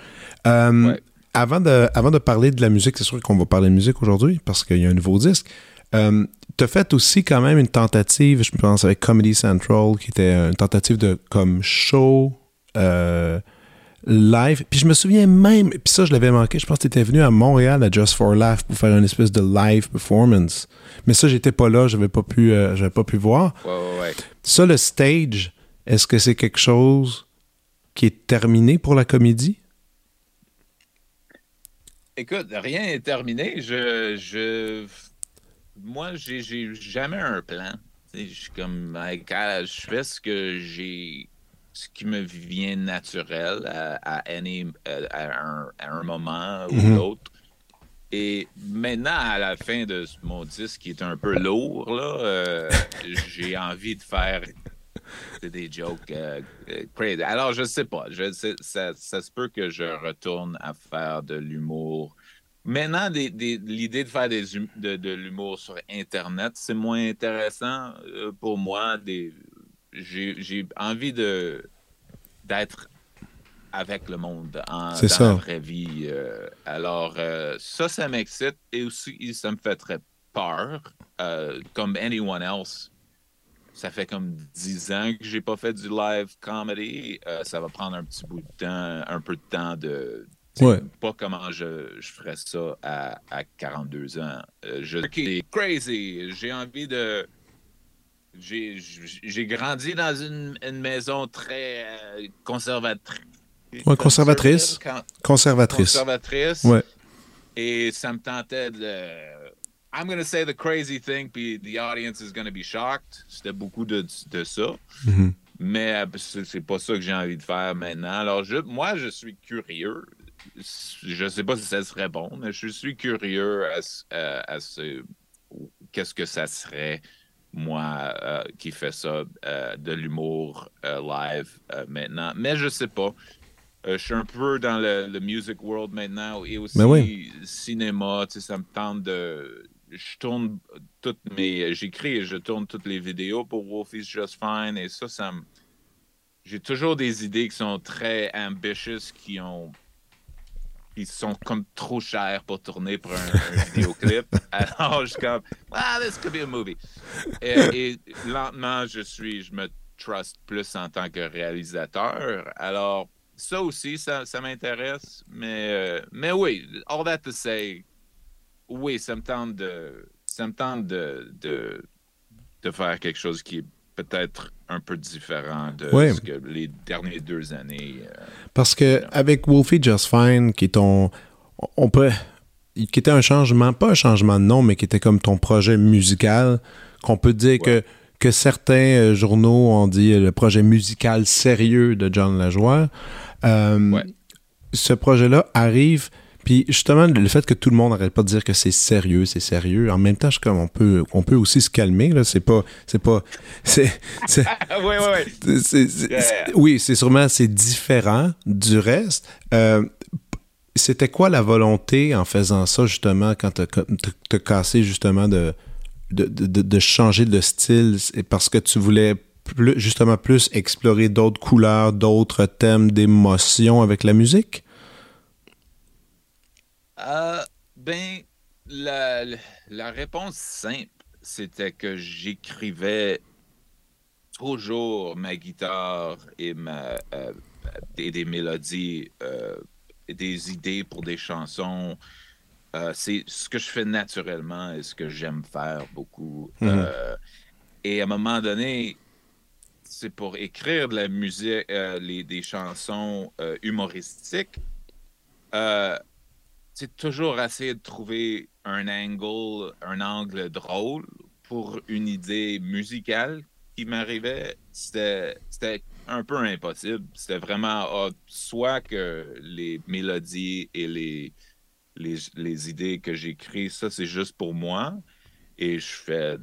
Avant de parler de la musique, c'est sûr qu'on va parler de musique aujourd'hui, parce qu'il y a un nouveau disque. Tu as fait aussi quand même une tentative, je pense, avec Comedy Central, qui était une tentative de comme show live. Puis je me souviens même, puis ça je l'avais manqué, je pense que tu étais venu à Montréal à Just for Laugh pour faire une espèce de live performance. Mais ça, j'étais pas là, j'avais pas pu voir. Ouais. Ça, le stage, est-ce que c'est quelque chose qui est terminé pour la comédie? Écoute, rien n'est terminé. Moi, j'ai jamais un plan. Je suis comme, je fais ce qui me vient naturel à un moment ou l'autre. Et maintenant, à la fin de mon disque qui est un peu lourd, là, j'ai envie de faire des jokes crazy. Alors, je sais pas. Ça se peut que je retourne à faire de l'humour. Maintenant, l'idée de faire de l'humour sur Internet, c'est moins intéressant pour moi. J'ai envie d'être avec le monde dans la vraie vie. Alors, ça m'excite et aussi, ça me fait très peur. Comme anyone else, ça fait comme 10 ans que j'ai pas fait du live comedy. Ça va prendre un petit bout de temps, un peu de temps de... Pas comment je ferais ça à 42 ans. C'est crazy. J'ai envie de... J'ai grandi dans une maison très conservatrice. Ouais, conservatrice. Ouais. Et ça me tentait de... I'm going to say the crazy thing, puis the audience is going to be shocked. C'était beaucoup de ça. Mm-hmm. Mais c'est pas ça que j'ai envie de faire maintenant. Alors, moi, je suis curieux. Je sais pas si ça serait bon, mais je suis curieux qu'est-ce que ça serait, moi, qui fait ça, de l'humour live maintenant. Mais je sais pas. Je suis un peu dans le music world maintenant et aussi cinéma. Tu sais, ça me tente de... Je tourne j'écris et je tourne toutes les vidéos pour Wolfie's Just Fine et ça j'ai toujours des idées qui sont très ambitious, qui sont comme trop chères pour tourner pour un vidéoclip. Alors, je suis comme, this could be a movie. Et lentement, je me trust plus en tant que réalisateur. Alors, ça aussi, ça m'intéresse. Mais oui, all that to say, oui, ça me tente de faire quelque chose qui est peut-être un peu différent de ce que les dernières 2 années. Parce que avec Wolfie Just Fine, qui est on peut qui était un changement, pas un changement de nom, mais qui était comme ton projet musical, qu'on peut dire que certains journaux ont dit le projet musical sérieux de John Lajoie. Ce projet-là arrive, puis justement, le fait que tout le monde n'arrête pas de dire que c'est sérieux, en même temps, je suis comme, on peut aussi se calmer, là, oui, c'est sûrement, c'est différent du reste. C'était quoi la volonté en faisant ça, justement, quand t'as cassé, justement, de changer de style? Parce que tu voulais justement plus explorer d'autres couleurs, d'autres thèmes d'émotion avec la musique? Ben, la réponse simple, c'était que j'écrivais toujours ma guitare et des mélodies, des idées pour des chansons. C'est ce que je fais naturellement et ce que j'aime faire beaucoup. Et à un moment donné, c'est pour écrire de la musique, des chansons humoristiques. C'est toujours essayer de trouver un angle drôle pour une idée musicale qui m'arrivait. C'était un peu impossible. C'était vraiment soit que les mélodies et les idées que j'écris, ça c'est juste pour moi et je fais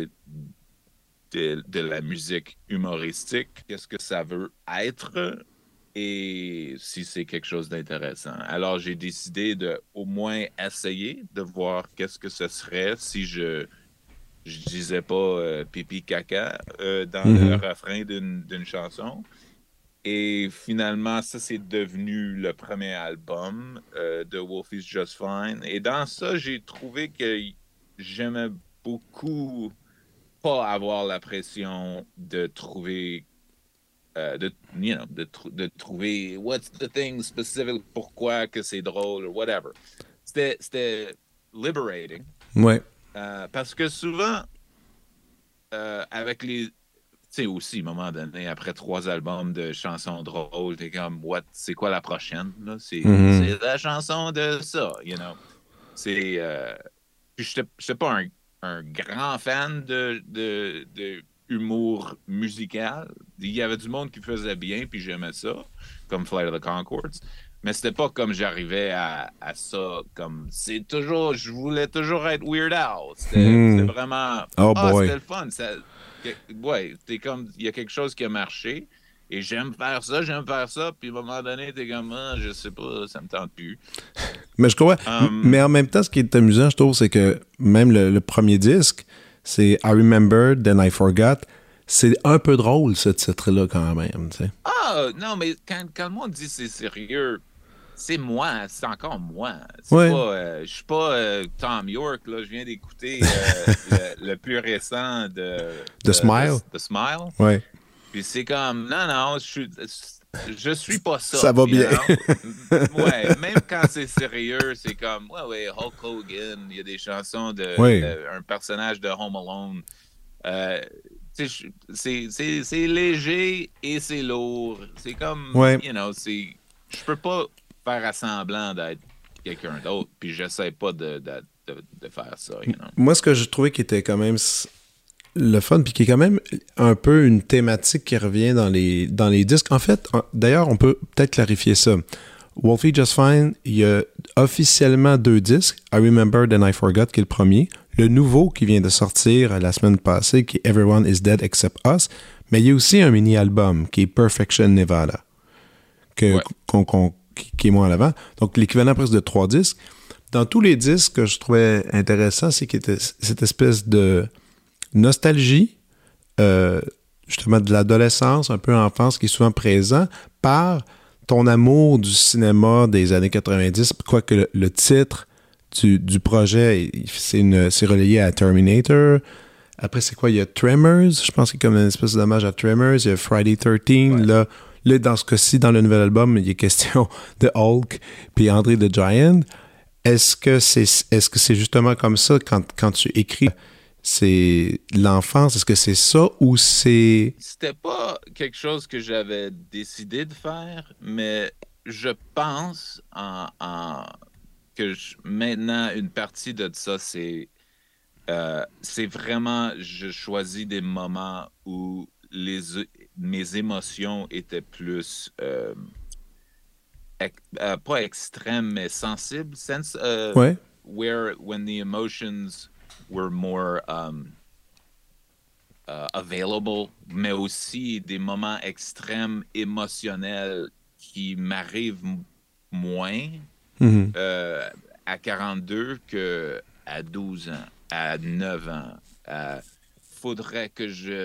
de la musique humoristique. Qu'est-ce que ça veut être? Et si c'est quelque chose d'intéressant. Alors, j'ai décidé de au moins essayer de voir qu'est-ce que ce serait si je disais pas pipi caca dans le refrain d'une chanson. Et finalement, ça, c'est devenu le premier album de Wolf is Just Fine. Et dans ça, j'ai trouvé que j'aimais beaucoup pas avoir la pression de trouver de trouver what's the thing specific, pourquoi que c'est drôle ou whatever. C'était liberating. Ouais. Parce que souvent, avec les... Tu sais, aussi, à un moment donné, après 3 albums de chansons drôles, t'es comme, c'est quoi la prochaine? Là? C'est la chanson de ça, you know? C'est... Puis je n'étais pas un grand fan de humour musical. Il y avait du monde qui faisait bien, puis j'aimais ça, comme Flight of the Conchords. Mais c'était pas comme j'arrivais à ça, comme je voulais toujours être Weird Al. C'était vraiment, c'était le fun. T'es comme, il y a quelque chose qui a marché, et j'aime faire ça, puis à un moment donné, t'es comme, je sais pas, ça me tente plus. Mais je crois. Mais en même temps, ce qui est amusant, je trouve, c'est que même le premier disque, c'est I Remember, Then I Forgot. C'est un peu drôle, ce titre-là, quand même. Tu sais. Non, mais quand le monde dit c'est sérieux, c'est moi, c'est encore moi. Je suis pas Tom York, là. Je viens d'écouter le plus récent The Smile. The Smile. Ouais. Puis c'est comme, non, je suis pas ça. Ça va bien. Ouais, même quand c'est sérieux, c'est comme, Hulk Hogan, il y a des chansons un personnage de Home Alone. C'est léger et c'est lourd. C'est comme, je peux pas faire semblant d'être quelqu'un d'autre, puis j'essaie pas de faire ça. Moi, ce que je trouvais qui était quand même le fun, puis qui est quand même un peu une thématique qui revient dans les disques. En fait, d'ailleurs, on peut peut-être clarifier ça. Wolfie Just Fine, il y a officiellement 2 disques. I Remember, Then I Forgot, qui est le premier. Le nouveau qui vient de sortir la semaine passée, qui est Everyone is Dead Except Us. Mais il y a aussi un mini-album qui est Perfection Nevada, qui est moins à l'avant. Donc, l'équivalent presque de 3 disques. Dans tous les disques, que je trouvais intéressant, c'est qu'il y a cette espèce de nostalgie, justement de l'adolescence, un peu enfance, qui est souvent présent par ton amour du cinéma des années 90, quoique le titre du projet, c'est relayé à Terminator. Après, c'est quoi? Il y a Tremors, je pense qu'il y a comme une espèce d'hommage à Tremors. Il y a Friday 13. Ouais. Là, dans ce cas-ci, dans le nouvel album, il y a question de Hulk puis André the Giant. Est-ce que c'est justement comme ça quand tu écris? C'est l'enfance, est-ce que c'est ça ou c'est... C'était pas quelque chose que j'avais décidé de faire, mais je pense maintenant, une partie de ça, c'est vraiment, je choisis des moments où mes émotions étaient plus, pas extrêmes, mais sensibles, Ouais. when the emotions were more available, mais aussi des moments extrêmes émotionnels qui m'arrivent moins Mhm. euh, à 42 que à 12 ans, à 9 ans. Faudrait que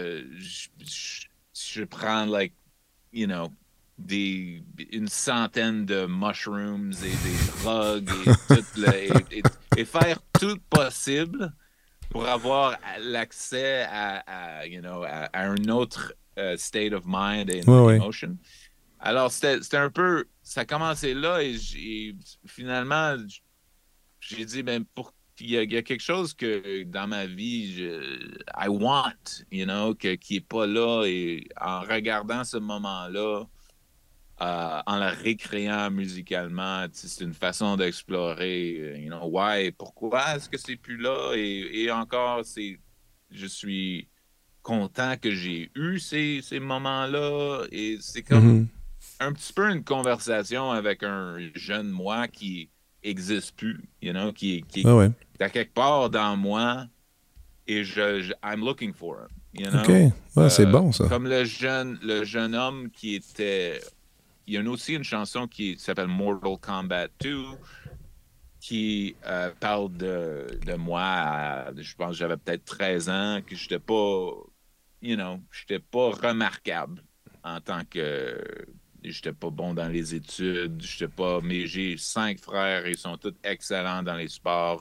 je prenne, like, you know, une centaine de mushrooms et des drogues et faire tout possible pour avoir l'accès à un autre state of mind and Ouais, ouais. emotion. Alors, c'était un peu. Ça a commencé là et finalement, j'ai dit, ben, il y a quelque chose que dans ma vie, I want, qui est pas là. Et en regardant ce moment-là, en le récréant musicalement, c'est une façon d'explorer, why, pourquoi est-ce que c'est plus là? Et encore, je suis content que j'ai eu ces moments-là. Et c'est comme Mhm. un petit peu une conversation avec un jeune moi qui existe plus, qui Ouais, ouais. est à quelque part dans moi et I'm looking for him, OK. Ouais, c'est bon, ça. Comme le jeune homme qui était. Il y a aussi une chanson qui s'appelle Mortal Kombat 2 qui parle de moi je pense que j'avais peut-être 13 ans, que j'étais pas remarquable en tant que j'étais pas bon dans les études, mais j'ai 5 frères et ils sont tous excellents dans les sports.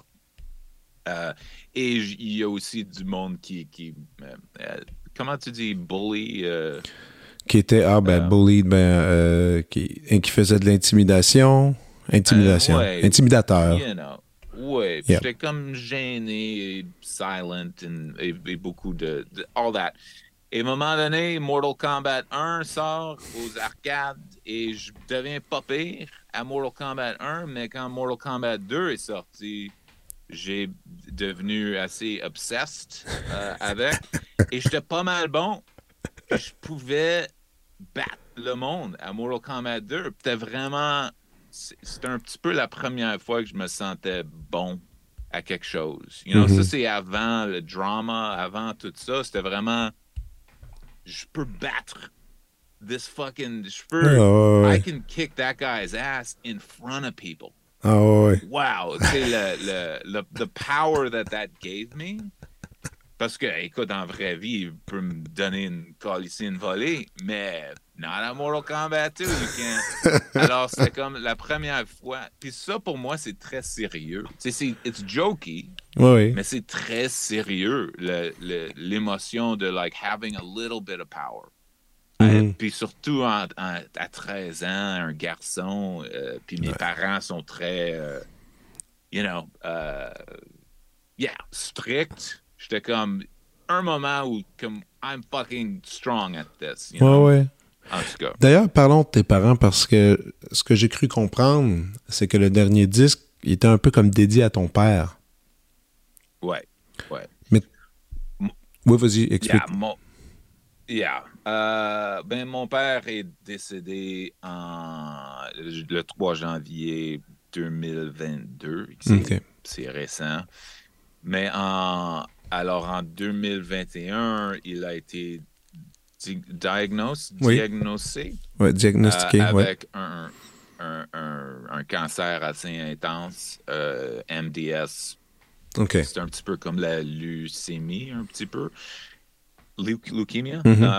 Et il y a aussi du monde comment tu dis, bully? Qui était, Euh, bullied, qui faisait de l'intimidation. Intimidation. ouais, Intimidateur. ouais. Puis Yep. j'étais comme gêné, et silent, et beaucoup de all that. Et à un moment donné, Mortal Kombat 1 sort aux arcades et je deviens pas pire à Mortal Kombat 1, mais quand Mortal Kombat 2 est sorti, j'ai devenu assez obsessed avec et j'étais pas mal bon. Puis je pouvais battre le monde à Mortal Kombat 2. C'était un petit peu la première fois que je me sentais bon à quelque chose. Ça Mhm. c'est avant le drama, avant tout ça. C'était vraiment, je peux battre Ah, ouais, I ouais. can kick that guy's ass in front of people. Ah, ouais. Wow, tu sais, the power that gave me. Parce que, écoute, en vraie vie, il peut me donner une volée, mais not à Mortal Kombat 2, you can't. Alors, c'était comme la première fois. Puis ça, pour moi, c'est très sérieux. Tu sais, it's jokey, Ouais, ouais. mais c'est très sérieux, l'émotion de, like, having a little bit of power. Mhm. Puis surtout à 13 ans, un garçon, puis mes parents sont très, you know, yeah, stricts. J'étais comme un moment où comme I'm fucking strong at this, Ouais, ouais. En tout cas, D'ailleurs, parlons de tes parents parce que ce que j'ai cru comprendre, c'est que le dernier disque, il était un peu comme dédié à ton père. ouais, ouais. Mais, M- oui, vas-y, Yeah, explique. yeah. Ben, mon père est décédé le 3 janvier 2022. OK. C'est récent. Mais alors en 2021, il a été Oui. diagnosé Ouais, diagnostiqué, ouais. avec un cancer assez intense, MDS. OK. C'est un petit peu comme la leucémie, un petit peu. Leukemia. Mhm.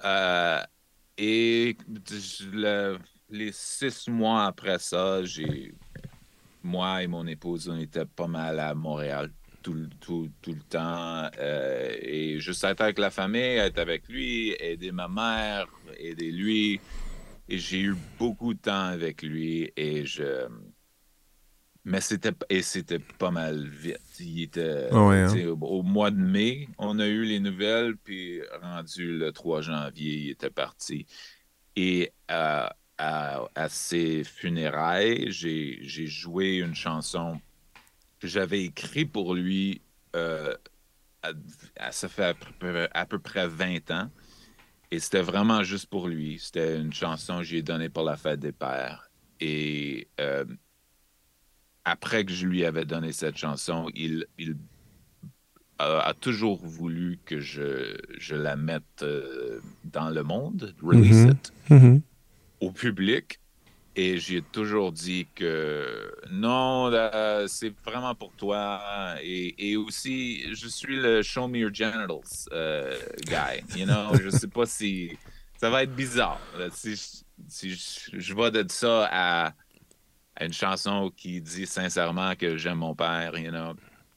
Et les 6 mois après ça, moi et mon épouse, on était pas mal à Montréal tout le temps. Et juste être avec la famille, être avec lui, aider ma mère, aider lui. Et j'ai eu beaucoup de temps avec lui mais c'était pas mal vite. Il Ah ouais, était, tu hein? sais, au mois de mai, on a eu les nouvelles, puis rendu le 3 janvier, il était parti. Et à ses funérailles, j'ai joué une chanson que j'avais écrite pour lui. À- Ça fait à peu près 20 ans. Et c'était vraiment juste pour lui. C'était une chanson que j'ai donnée pour la fête des pères. Et après que je lui avais donné cette chanson, il a toujours voulu que je la mette dans le monde, release Mhm. it, Mhm. au public. Et j'ai toujours dit que non, là, c'est vraiment pour toi. Et aussi, je suis le Show Me Your Genitals guy. You know, je sais pas si ça va être bizarre là, si je vais de ça à une chanson qui dit sincèrement que j'aime mon père, you know.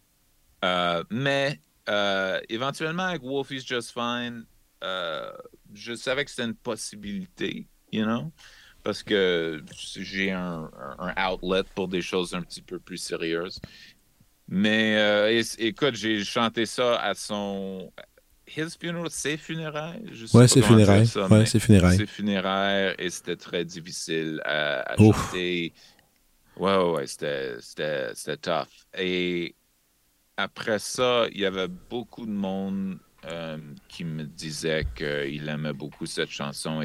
Mais éventuellement, avec Wolf is Just Fine, euh, je savais que c'était une possibilité, you know, parce que j'ai un outlet pour des choses un petit peu plus sérieuses. Mais écoute, j'ai chanté ça à his funeral, ses funérailles, je sais Ouais, pas c'est comment dire funérailles. ça, Ouais, mais c'est funérailles. ses funérailles, et c'était très difficile à Ouf. chanter. Ouais, ouais, ouais, c'était tough. Et après ça, il y avait beaucoup de monde qui me disait qu'il aimait beaucoup cette chanson et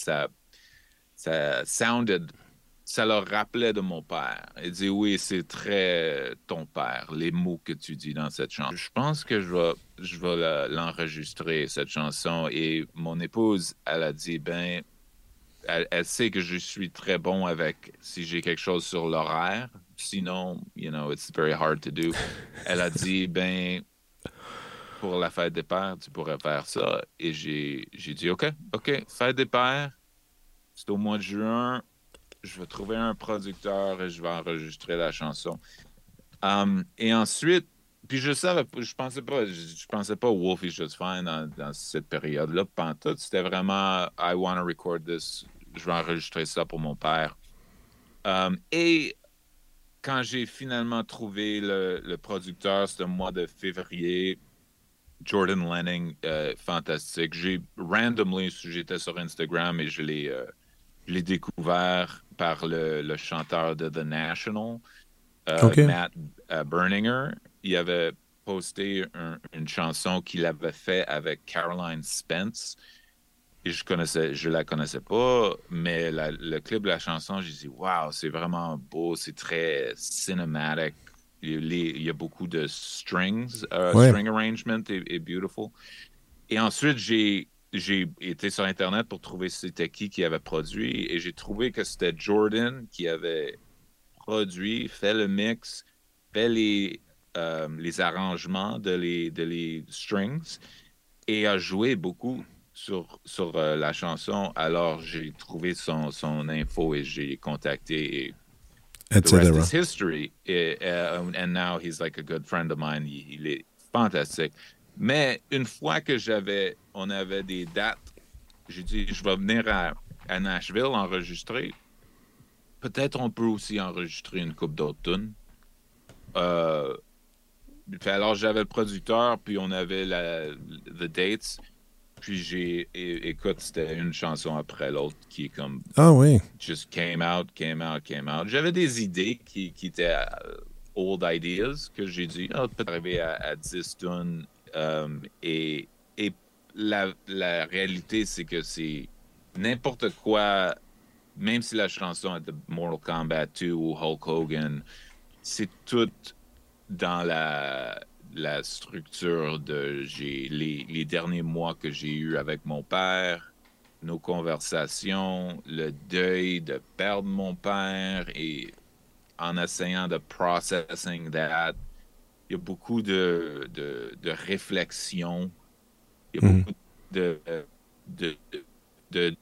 ça sounded, ça leur rappelait de mon père. Il dit oui, c'est très ton père, les mots que tu dis dans cette chanson. Je pense que je vais l'enregistrer, cette chanson. Et mon épouse, elle a dit, ben, elle sait que je suis très bon avec si j'ai quelque chose sur l'horaire. Sinon, you know, it's very hard to do. Elle a dit, ben, pour la fête des pères, tu pourrais faire ça. Et j'ai dit, OK, OK, fête des pères, c'est au mois de juin. Je vais trouver un producteur et je vais enregistrer la chanson. Et ensuite, puis je savais, je pensais pas Wolf is Just Fine dans cette période-là. Pantoute, c'était vraiment I want to record this. Je vais enregistrer ça pour mon père. Et quand j'ai finalement trouvé le producteur, c'était au mois de février, Jordan Lenning, fantastique. J'étais sur Instagram et je l'ai découvert par le chanteur de The National, OK. Matt Berninger. Il avait posté une chanson qu'il avait fait avec Caroline Spence. Et je la connaissais pas, mais le clip de la chanson, j'ai dit, wow, c'est vraiment beau, c'est très cinematic. Il y a beaucoup de strings, Ouais. string arrangement est beautiful. Et ensuite, j'ai été sur Internet pour trouver c'était qui avait produit, et j'ai trouvé que c'était Jordan qui avait produit, fait le mix, fait les arrangements de les strings et a joué beaucoup sur la chanson. Alors, j'ai trouvé son info et j'ai contacté. Et the rest Etc. is history. And now he's like a good friend of mine. Il est fantastique. Mais une fois que on avait des dates, j'ai dit, je vais venir à Nashville enregistrer. Peut-être on peut aussi enregistrer une coupe d'autres tunes. Euh, Puis alors, j'avais le producteur, puis on avait the dates. Puis écoute, c'était une chanson après l'autre qui est comme Ah oui. just came out, came out, came out. J'avais des idées qui étaient old ideas que j'ai dit, ah, peut-être arriver à 10 tunes. Et la réalité, c'est que c'est n'importe quoi, même si la chanson est de Mortal Kombat 2 ou Hulk Hogan, c'est tout dans la structure de les derniers mois que j'ai eus avec mon père, nos conversations, le deuil de perdre mon père et en essayant de processing that, il y a beaucoup de réflexion, il y a Mhm. beaucoup de, de, de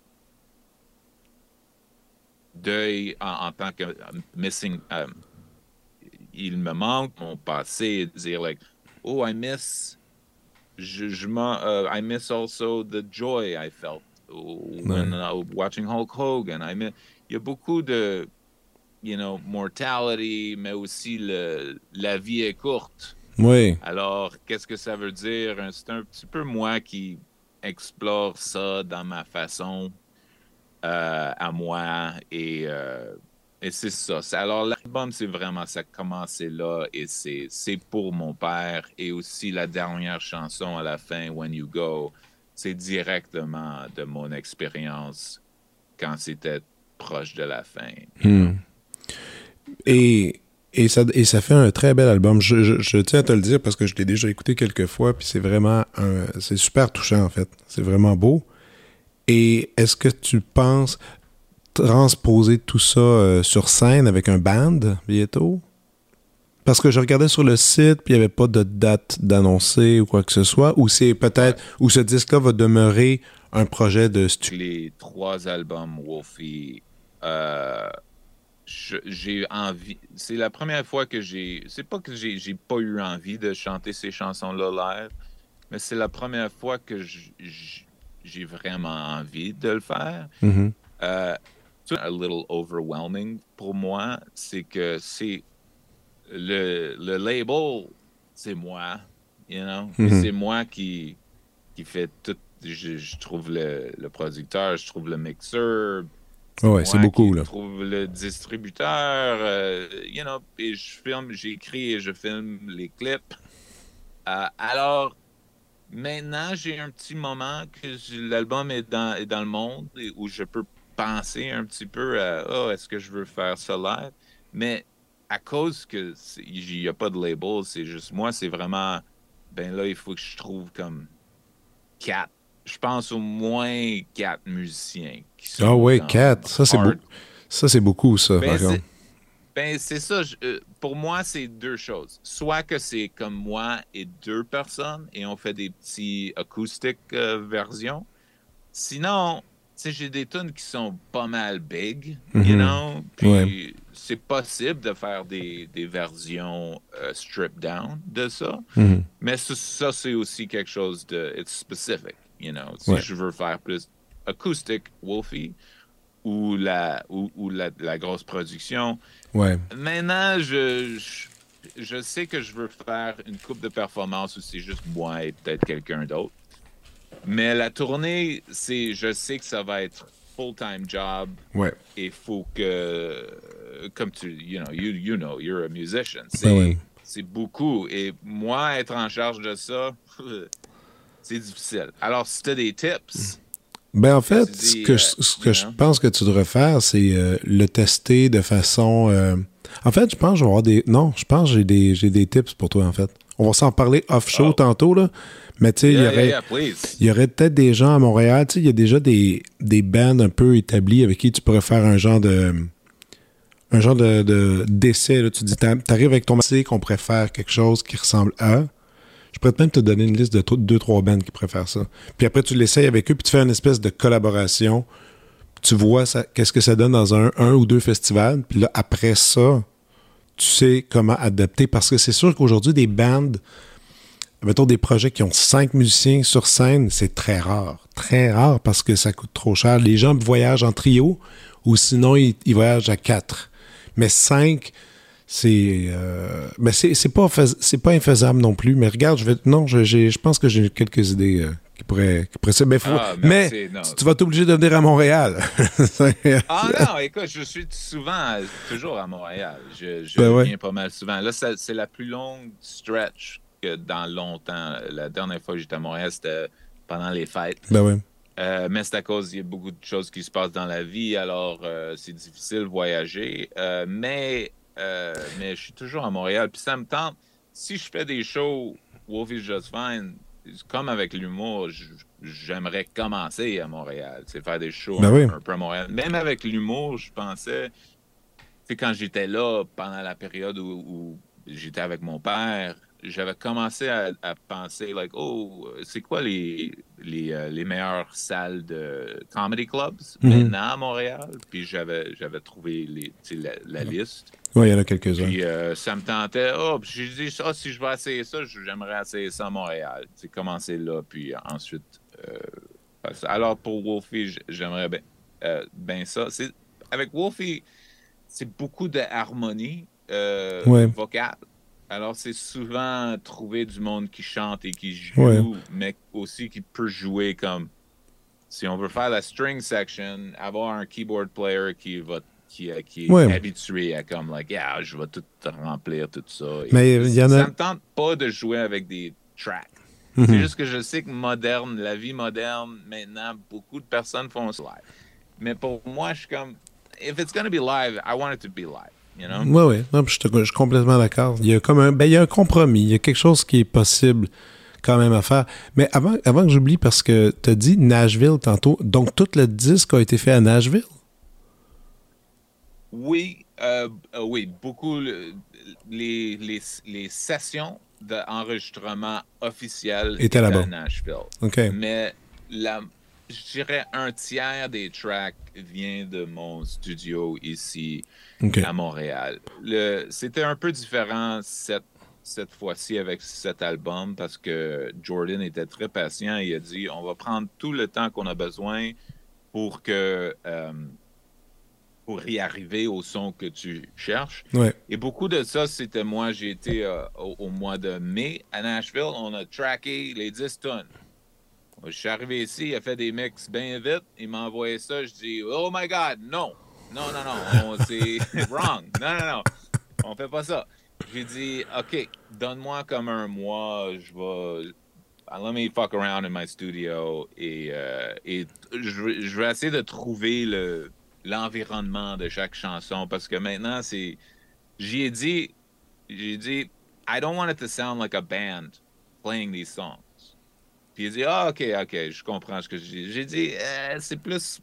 deuil en tant que missing, il me manque mon passé, dire like, oh, I miss also the joy I felt when Ouais. watching Hulk Hogan. Il y a beaucoup de, you know, mortality, mais aussi la vie est courte. Oui. Alors, qu'est-ce que ça veut dire? C'est un petit peu moi qui explore ça dans ma façon. à moi et c'est ça. Alors l'album, c'est vraiment, ça a commencé là et c'est pour mon père et aussi la dernière chanson à la fin, When You Go, c'est directement de mon expérience quand c'était proche de la fin, you know? Et, et ça fait un très bel album. Je tiens à te le dire parce que je l'ai déjà écouté quelques fois, puis c'est vraiment c'est super touchant en fait. C'est vraiment beau. Et est-ce que tu penses transposer tout ça sur scène avec un band bientôt? Parce que je regardais sur le site, puis il n'y avait pas de date d'annoncer ou quoi que ce soit, ou c'est Ouais. peut-être, ou ce disque-là va demeurer un projet de studio. Les trois albums Wolfie, euh, j'ai envie. C'est la première fois que j'ai. C'est pas que j'ai pas eu envie de chanter ces chansons-là live, mais c'est la première fois que j'ai vraiment envie de le faire. Mhm. Euh, c'est a little overwhelming pour moi, c'est que c'est le label, c'est moi, you know, puis Mhm. c'est moi qui fait tout. Je trouve le producteur, je trouve le mixeur, c'est Ouais, c'est moi beaucoup, qui là. trouve le distributeur, you know, et je filme, j'écris et je filme les clips. Alors, maintenant, j'ai un petit moment que l'album est dans le monde et où je peux penser un petit peu à oh, est-ce que je veux faire ça live? Mais à cause que il n'y a pas de label, c'est juste moi, c'est vraiment ben là, il faut que je trouve comme quatre, je pense au moins quatre musiciens qui Ah sont ouais, comme 4. Ça, c'est beau. hard. Ça, c'est beaucoup, ça, Ben par contre. c'est ben c'est ça. Pour moi, c'est deux choses. Soit que c'est comme moi et deux personnes et on fait des petits acoustiques versions. Sinon, tu sais, j'ai des tunes qui sont pas mal big, you Mhm. know, Ouais. puis c'est possible de faire des versions stripped down de ça. Mhm. Mais ça, c'est aussi quelque chose de it's specific, you know. Si Ouais. je veux faire plus acoustic, Wolfie, ou la grosse production. Ouais. Maintenant, je sais que je veux faire une coupe de performance où c'est juste moi et peut-être quelqu'un d'autre. Mais la tournée, je sais que ça va être full-time job Ouais. et il faut que, comme you know, you're a musician. Ben ouais. C'est beaucoup. Et moi, être en charge de ça, c'est difficile. Alors, si tu as des tips, Ben en que tu fait, dis, ce que you je know, pense que tu devrais faire, c'est le tester de façon. En fait, je pense que je vais avoir des. Non, je pense que j'ai des tips pour toi, en fait. On va s'en parler off-show oh, tantôt, là. Mais tu sais, yeah, please. il y aurait peut-être des gens à Montréal. Tu sais, il y a déjà des bands un peu établis avec qui tu pourrais faire un genre d'essai. Là. Tu dis, t'arrives avec ton massé qu'on pourrait faire quelque chose qui ressemble à. Je pourrais même te donner une liste de deux, trois bands qui pourraient faire ça. Puis après, tu l'essayes avec eux, puis tu fais une espèce de collaboration. Tu vois qu'est-ce que ça donne dans un ou deux festivals. Puis là, après ça, tu sais comment adapter. Parce que c'est sûr qu'aujourd'hui, des bands, mettons des projets qui ont 5 musiciens sur scène, c'est très rare. Très rare parce que ça coûte trop cher. Les gens voyagent en trio ou sinon, ils voyagent à 4. Mais 5, mais c'est pas infaisable non plus. Mais regarde, je pense que j'ai quelques idées qui pourraient Ah, mais merci. Non. tu vas t'obliger de venir à Montréal. Ah non, écoute, je suis souvent, toujours à Montréal. Je Ben ouais. viens pas mal souvent. Là, c'est la plus longue stretch que dans longtemps. La dernière fois que j'étais à Montréal, c'était pendant les fêtes. Ben ouais. Mais c'est à cause, il y a beaucoup de choses qui se passent dans la vie, alors c'est difficile de voyager. Mais je suis toujours à Montréal. Puis ça me tente. Si je fais des shows Wolf is Just Fine, comme avec l'humour, j'aimerais commencer à Montréal. C'est faire des shows Ben oui. un peu à Montréal. Même avec l'humour, je pensais, c'est quand j'étais là, pendant la période où j'étais avec mon père, j'avais commencé à penser, like, oh, c'est quoi les meilleures salles de comedy clubs Mhm. maintenant à Montréal? Puis j'avais trouvé tu sais, la liste. Ouais, il y en a quelques-uns. Puis ça me tentait. Oh, puis j'ai dit, ah, si je vais essayer ça, j'aimerais essayer ça à Montréal. C'est commencer là, puis ensuite. Alors pour Wolfie, j'aimerais bien ça. Avec Wolfie, c'est beaucoup de harmonie Ouais. vocale. Alors c'est souvent trouver du monde qui chante et qui Ouais. joue, mais aussi qui peut jouer comme si on veut faire la string section, avoir un keyboard player qui est Ouais. habitué à comme, like, yeah, je vais tout remplir, tout ça. Mais il y en a... Ça me tente pas de jouer avec des tracks. Mm-hmm. C'est juste que je sais que la vie moderne, maintenant, beaucoup de personnes font ça live. Mais pour moi, je suis comme, if it's gonna be live, I want it to be live, you know? Oui. Non, je suis complètement d'accord. Il y a comme il y a un compromis. Il y a quelque chose qui est possible quand même à faire. Mais avant que j'oublie, parce que tu as dit Nashville tantôt, donc tout le disque a été fait à Nashville? Oui, oui, beaucoup. Les sessions d'enregistrement officielles étaient là-bas à Nashville. OK. Mais je dirais un tiers des tracks vient de mon studio ici à Montréal. C'était un peu différent cette fois-ci avec cet album parce que Jordan était très patient. Il a dit on va prendre tout le temps qu'on a besoin pour pour y arriver au son que tu cherches. Ouais. Et beaucoup de ça, c'était moi. J'ai été au mois de mai à Nashville. On a tracké les 10 tonnes. Je suis arrivé ici, il a fait des mix bien vite. Il m'a envoyé ça. Je dis, oh my God, non. Non. C'est wrong. Non. On fait pas ça. J'ai dit, OK, donne-moi comme un mois. Let me fuck around in my studio. Et je vais essayer de trouver l'environnement de chaque chanson parce que maintenant, j'ai dit, I don't want it to sound like a band playing these songs. Puis il dit, OK, je comprends ce que je dis. J'ai dit, c'est plus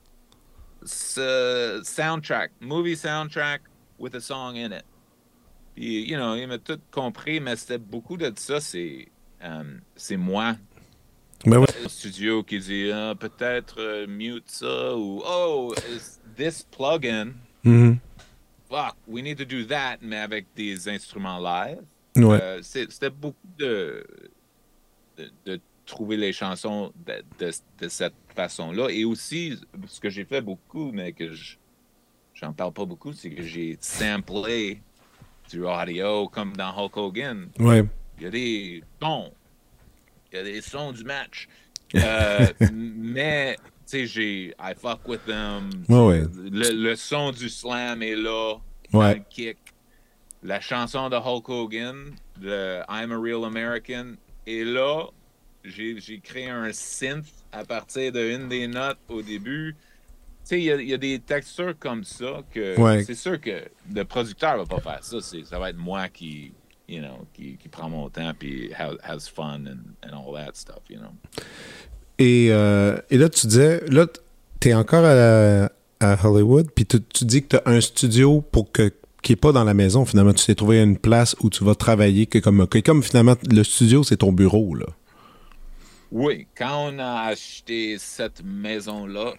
ce soundtrack, movie soundtrack with a song in it. Puis, il m'a tout compris, mais c'était beaucoup de ça, c'est moi. Ben ouais. Le studio qui dit, peut-être mute ça, ou, this plugin, fuck, we need to do that, mais avec des instruments live. Ouais. C'était beaucoup de trouver les chansons de cette façon-là. Et aussi, ce que j'ai fait beaucoup, mais que j'en parle pas beaucoup, c'est que j'ai samplé du audio comme dans Hulk Hogan. Ouais. Il y a des sons. Il y a des sons du match. Mais, tu sais, I fuck with them. Ouais. Le son du slam est là. Ouais. Dans le kick. La chanson de Hulk Hogan, de I'm a Real American, est là. J'ai créé un synth à partir d'une des notes au début. Tu sais, il y a des textures comme ça que c'est sûr que le producteur va pas faire ça. Ça va être moi qui prend mon temps puis has fun and all that stuff, you know. Et là, tu disais, là, t'es encore à Hollywood, puis tu dis que t'as un studio qui est pas dans la maison, finalement. Tu t'es trouvé une place où tu vas travailler, comme finalement, le studio, c'est ton bureau, là. Oui, quand on a acheté cette maison-là,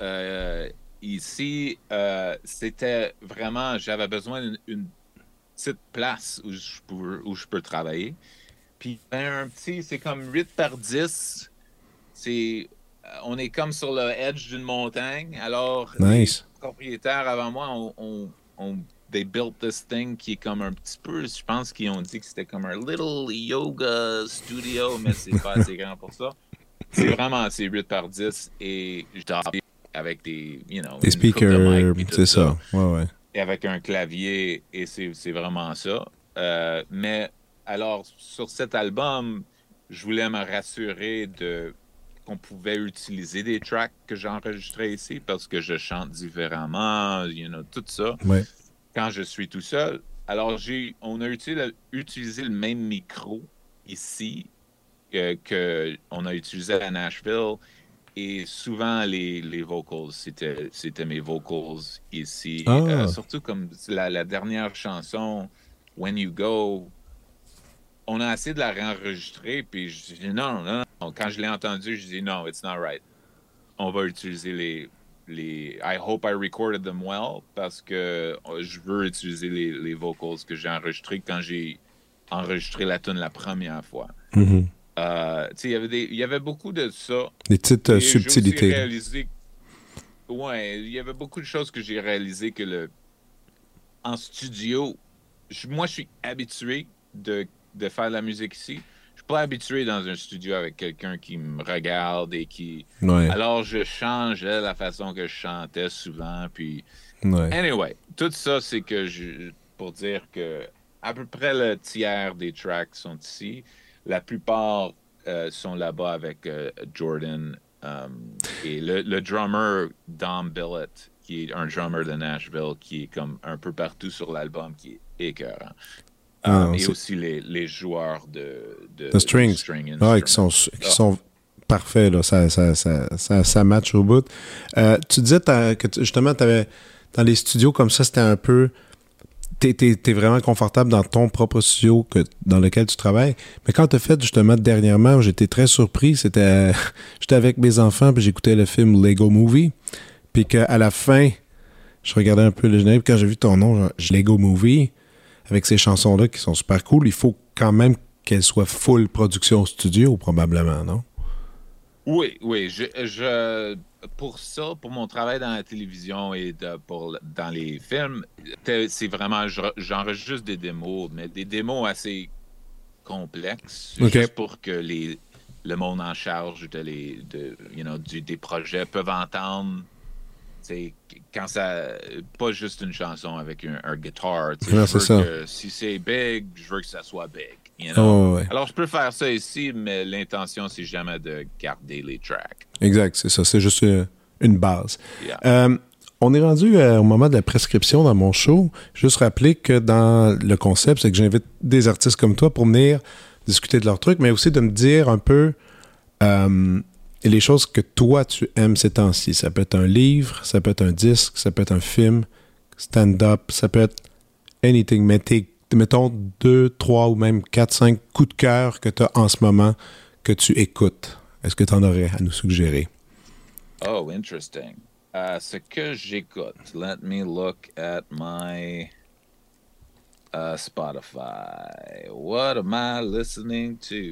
ici, c'était vraiment, j'avais besoin d'une petite place où je peux travailler. Puis, c'est comme 8 par 10. On est comme sur le edge d'une montagne. Alors, nice. Les propriétaires avant moi they built this thing qui est comme un petit peu, je pense qu'ils ont dit que c'était comme un little yoga studio, mais c'est pas assez grand pour ça. C'est 8 par 10 et je dors avec des speakers, c'est ça. Ouais. Et avec un clavier, et c'est vraiment ça. Mais alors, sur cet album, je voulais me rassurer qu'on pouvait utiliser des tracks que j'enregistrais ici parce que je chante différemment, tout ça. Ouais. Quand je suis tout seul. Alors, on a utilisé le même micro ici qu'on a utilisé à Nashville. Et souvent, les vocals, c'était mes vocals ici. Surtout comme la dernière chanson, When You Go, on a essayé de la réenregistrer. Puis je dis non. Quand je l'ai entendu, je dis non, it's not right. On va utiliser les I hope I recorded them well parce que je veux utiliser les vocals que j'ai enregistrés quand j'ai enregistré la tune la première fois. Mm-hmm. Il y avait beaucoup de ça. Des petites subtilités. Il y avait beaucoup de choses que j'ai réalisées que en studio, moi je suis habitué de faire de la musique ici. Je pas habitué dans un studio avec quelqu'un qui me regarde et qui... Ouais. Alors, je changeais la façon que je chantais souvent. Puis, Ouais. anyway, tout ça, c'est que pour dire que à peu près le tiers des tracks sont ici. La plupart sont là-bas avec Jordan et le drummer Dom Billett, qui est un drummer de Nashville, qui est comme un peu partout sur l'album, qui est écœurant. Et aussi les joueurs The Strings. string Ah, qui sont parfaits, là. Ça match au bout. Tu disais que justement, dans les studios comme ça, c'était un peu... T'es vraiment confortable dans ton propre studio dans lequel tu travailles. Mais quand t'as fait, justement, dernièrement, j'étais très surpris. J'étais avec mes enfants, puis j'écoutais le film Lego Movie. Puis qu'à la fin, je regardais un peu le générique, puis quand j'ai vu ton nom, genre, Lego Movie, avec ces chansons-là qui sont super cool, il faut quand même qu'elles soient full production studio, probablement, non? Oui. Pour ça, pour mon travail dans la télévision et dans les films, c'est vraiment, j'enregistre juste des démos, mais des démos assez complexes, juste pour que le monde en charge des projets peuvent entendre. Quand ça. Pas juste une chanson avec un guitar. Non, c'est ça. Si c'est big, je veux que ça soit big. Ouais. Alors, je peux faire ça ici, mais l'intention, c'est jamais de garder les tracks. Exact, c'est ça. C'est juste une base. Yeah. On est rendu au moment de la prescription dans mon show. Juste rappeler que dans le concept, c'est que j'invite des artistes comme toi pour venir discuter de leurs trucs, mais aussi de me dire un peu les choses que toi, tu aimes ces temps-ci. Ça peut être un livre, ça peut être un disque, ça peut être un film, stand-up, ça peut être anything. Mais mettons 2, 3 ou même 4, 5 coups de cœur que tu as en ce moment que tu écoutes. Est-ce que tu en aurais à nous suggérer? Oh, interesting. Ce que j'écoute. Let me look at my Spotify. What am I listening to?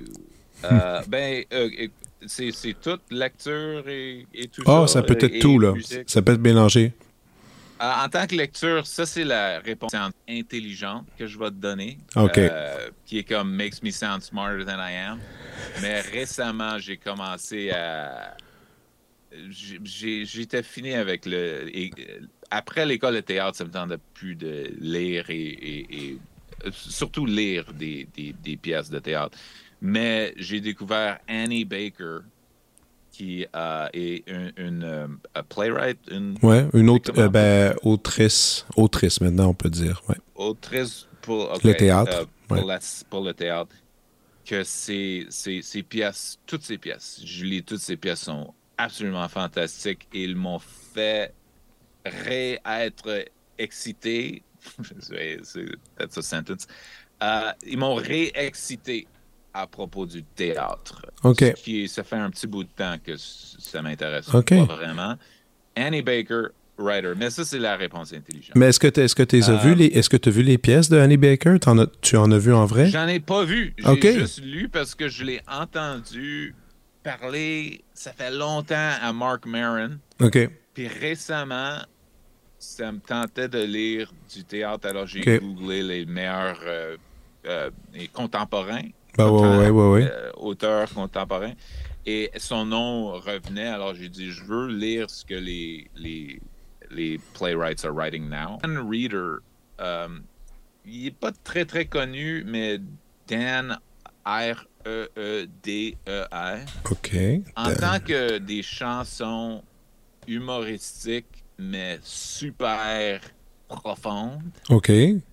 C'est toute lecture et tout ça. Ah, ça peut être tout, là. Musique. Ça peut être mélangé. En tant que lecture, ça, c'est la réponse intelligente que je vais te donner. OK. Qui est comme Makes me sound smarter than I am. Mais récemment, j'ai commencé à... J'étais fini avec après l'école de théâtre, ça me tentait plus de lire et surtout lire des pièces de théâtre. Mais j'ai découvert Annie Baker, qui est une playwright. Une autre, autrice maintenant, on peut dire. Ouais. Autrice pour le théâtre. Pour le théâtre. Que ces pièces, toutes ces pièces, je lis toutes ces pièces sont absolument fantastiques et ils m'ont fait être excité. That's a sentence. Ils m'ont réexcité à propos du théâtre. OK. Ça fait un petit bout de temps que ça m'intéresse pas vraiment. Annie Baker, writer. Mais ça, c'est la réponse intelligente. Mais est-ce que tu as vu les pièces de Annie Baker? Tu en as vu en vrai? J'en ai pas vu. J'ai juste lu parce que je l'ai entendu parler, ça fait longtemps, à Marc Maron. OK. Puis récemment, ça me tentait de lire du théâtre. Alors, j'ai googlé les meilleurs contemporains. Auteurs contemporains. Et son nom revenait. Alors, j'ai dit, je veux lire ce que les playwrights are writing now. Dan Reeder, il n'est pas très, très connu, mais Dan R-E-E-D-E-R. OK. En tant que des chansons humoristiques, mais super profondes. OK.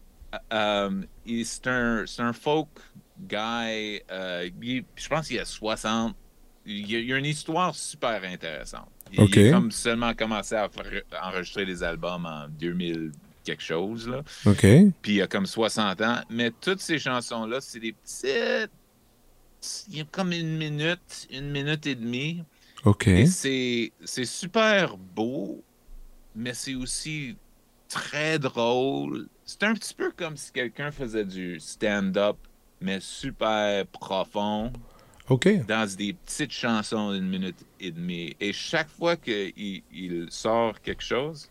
C'est un folk guy. Je pense qu'il a 60. Il y a une histoire super intéressante. Il a comme seulement commencé à enregistrer des albums en 2000 quelque chose. Là. OK. Puis il a comme 60 ans. Mais toutes ces chansons-là, c'est des petites... Il y a comme une minute et demie. OK. Et c'est super beau, mais c'est aussi très drôle. C'est un petit peu comme si quelqu'un faisait du stand-up, mais super profond. OK. Dans des petites chansons d'une minute et demie. Et chaque fois qu'il sort quelque chose,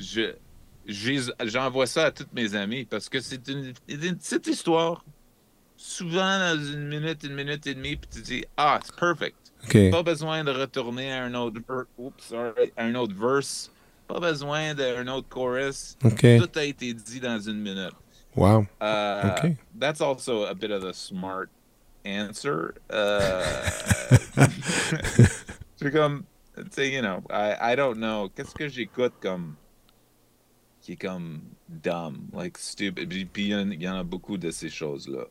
j'envoie ça à toutes mes amies parce que c'est une petite histoire souvent dans une minute et demie, puis tu dis, ah, c'est perfect. OK. Pas besoin de retourner à un autre verse. Pas besoin d'un autre chorus. OK. Tout a été dit dans une minute. Wow. OK. That's also a bit of a smart answer. C'est comme, tu sais, I don't know. Qu'est-ce que j'écoute qui est comme dumb, like stupid. Puis il y en a beaucoup de ces choses-là.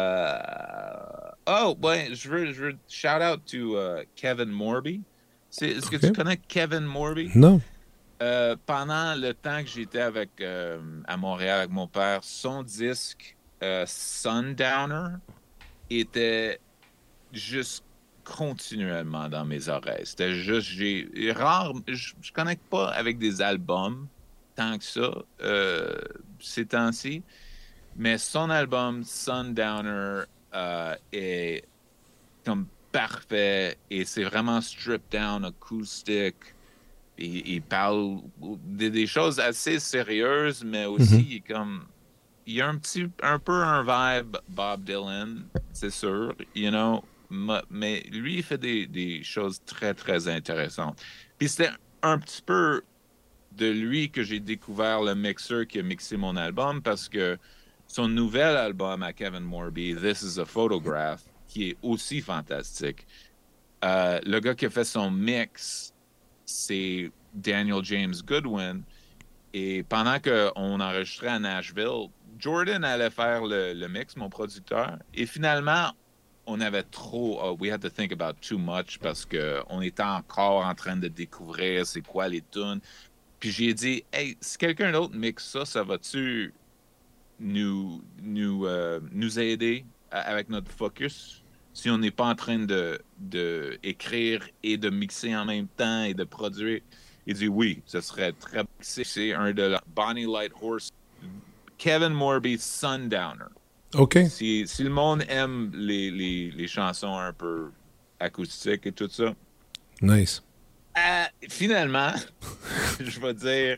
Ouais, je veux shout out to Kevin Morby. Est-ce que tu connais Kevin Morby? Non. Pendant le temps que j'étais à Montréal avec mon père, son disque Sundowner était juste continuellement dans mes oreilles. C'était juste, je connecte pas avec des albums tant que ça ces temps-ci, mais son album Sundowner est comme parfait et c'est vraiment stripped down, acoustic. Il parle des choses assez sérieuses, mais aussi il y a un peu un vibe Bob Dylan, c'est sûr, mais lui, il fait des choses très, très intéressantes. Puis c'était un petit peu de lui que j'ai découvert le mixeur qui a mixé mon album, parce que son nouvel album à Kevin Morby, This is a Photograph, qui est aussi fantastique. Le gars qui a fait son mix, c'est Daniel James Goodwin. Et pendant qu'on enregistrait à Nashville, Jordan allait faire le mix, mon producteur. Et finalement, on avait trop... we had to think about too much parce qu'on était encore en train de découvrir c'est quoi les tunes. Puis j'ai dit, hey, si quelqu'un d'autre mixe ça va-tu nous aider avec notre focus? Si on n'est pas en train de écrire et de mixer en même temps et de produire. Il dit oui, ce serait très... C'est un de Bonnie Light Horse, Kevin Morby, Sundowner. OK. Si le monde aime les chansons un peu acoustiques et tout ça. Nice. Finalement, je vais dire...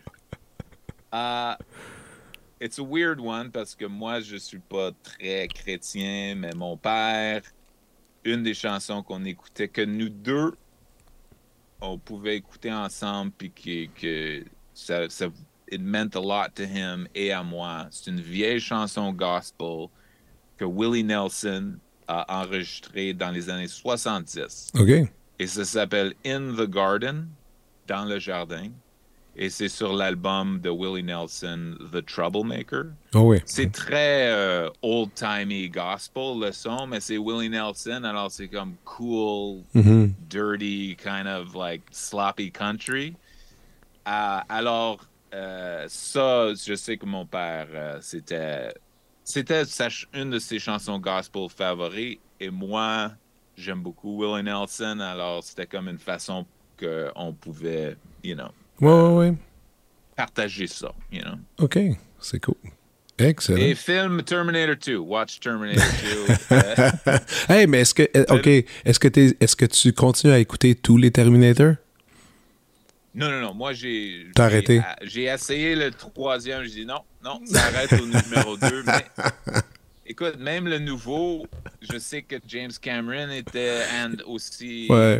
it's a weird one parce que moi, je suis pas très chrétien, mais mon père... Une des chansons qu'on écoutait, que nous deux, on pouvait écouter ensemble, puis que ça, it meant a lot to him et à moi. C'est une vieille chanson gospel que Willie Nelson a enregistrée dans les années 70. OK. Et ça s'appelle In the Garden, dans le jardin. Et c'est sur l'album de Willie Nelson, The Troublemaker. Oh oui. C'est très old-timey gospel, le son, mais c'est Willie Nelson, alors c'est comme cool, dirty, kind of like sloppy country. Alors, ça, je sais que mon père, c'était une de ses chansons gospel favorites, et moi, j'aime beaucoup Willie Nelson, alors c'était comme une façon qu'on pouvait, Ouais. partager ça, OK, c'est cool. Excellent. Et film Terminator 2. Watch Terminator 2. Hey, mais est-ce que tu continues à écouter tous les Terminator? Non. Moi, j'ai arrêté? J'ai essayé le troisième. J'ai dit non, ça arrête au numéro 2. Mais écoute, même le nouveau, je sais que James Cameron était, and aussi, ouais.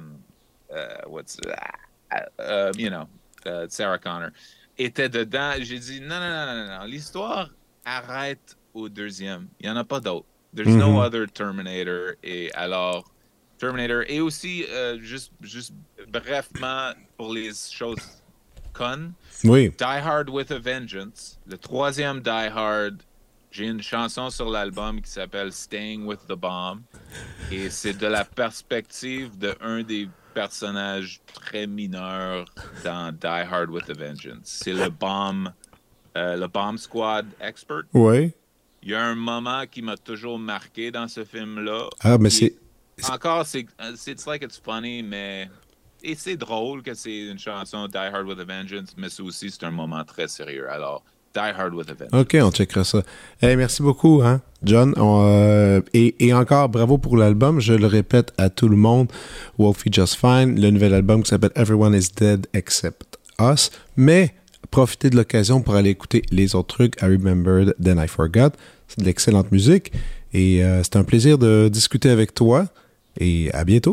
Sarah Connor était dedans. J'ai dit non. L'histoire arrête au deuxième. Il n'y en a pas d'autre. There's no other Terminator. Et alors, Terminator. Et aussi, juste brefement, pour les choses connes, oui. Die Hard with a Vengeance. Le troisième Die Hard. J'ai une chanson sur l'album qui s'appelle Staying with the Bomb. Et c'est de la perspective d'un des personnages très mineurs dans Die Hard with a Vengeance. C'est le bomb squad expert. Oui. Il y a un moment qui m'a toujours marqué dans ce film-là. Ah, mais c'est... Encore, it's like it's funny, mais... Et c'est drôle que c'est une chanson Die Hard with a Vengeance, mais c'est un moment très sérieux. Alors, Die Hard with a Vengeance. OK, on checkera ça. Hey, merci beaucoup, John. Et encore, bravo pour l'album. Je le répète à tout le monde. Wolfie Just Fine, le nouvel album qui s'appelle Everyone is Dead Except Us. Mais profitez de l'occasion pour aller écouter les autres trucs. I Remembered, Then I Forgot. C'est de l'excellente musique. Et c'est un plaisir de discuter avec toi et à bientôt.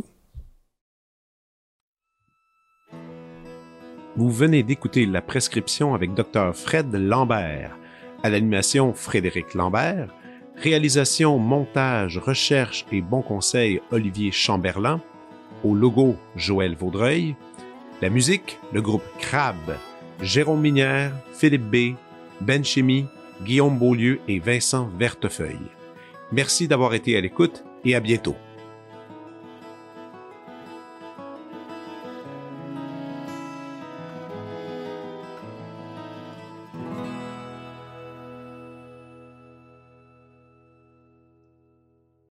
Vous venez d'écouter La Prescription avec Dr. Fred Lambert. À l'animation, Frédéric Lambert. Réalisation, montage, recherche et bons conseils, Olivier Chamberlain. Au logo, Joël Vaudreuil. La musique, le groupe Crabe. Jérôme Minière, Philippe B., Ben Chimie, Guillaume Beaulieu et Vincent Vertefeuille. Merci d'avoir été à l'écoute et à bientôt.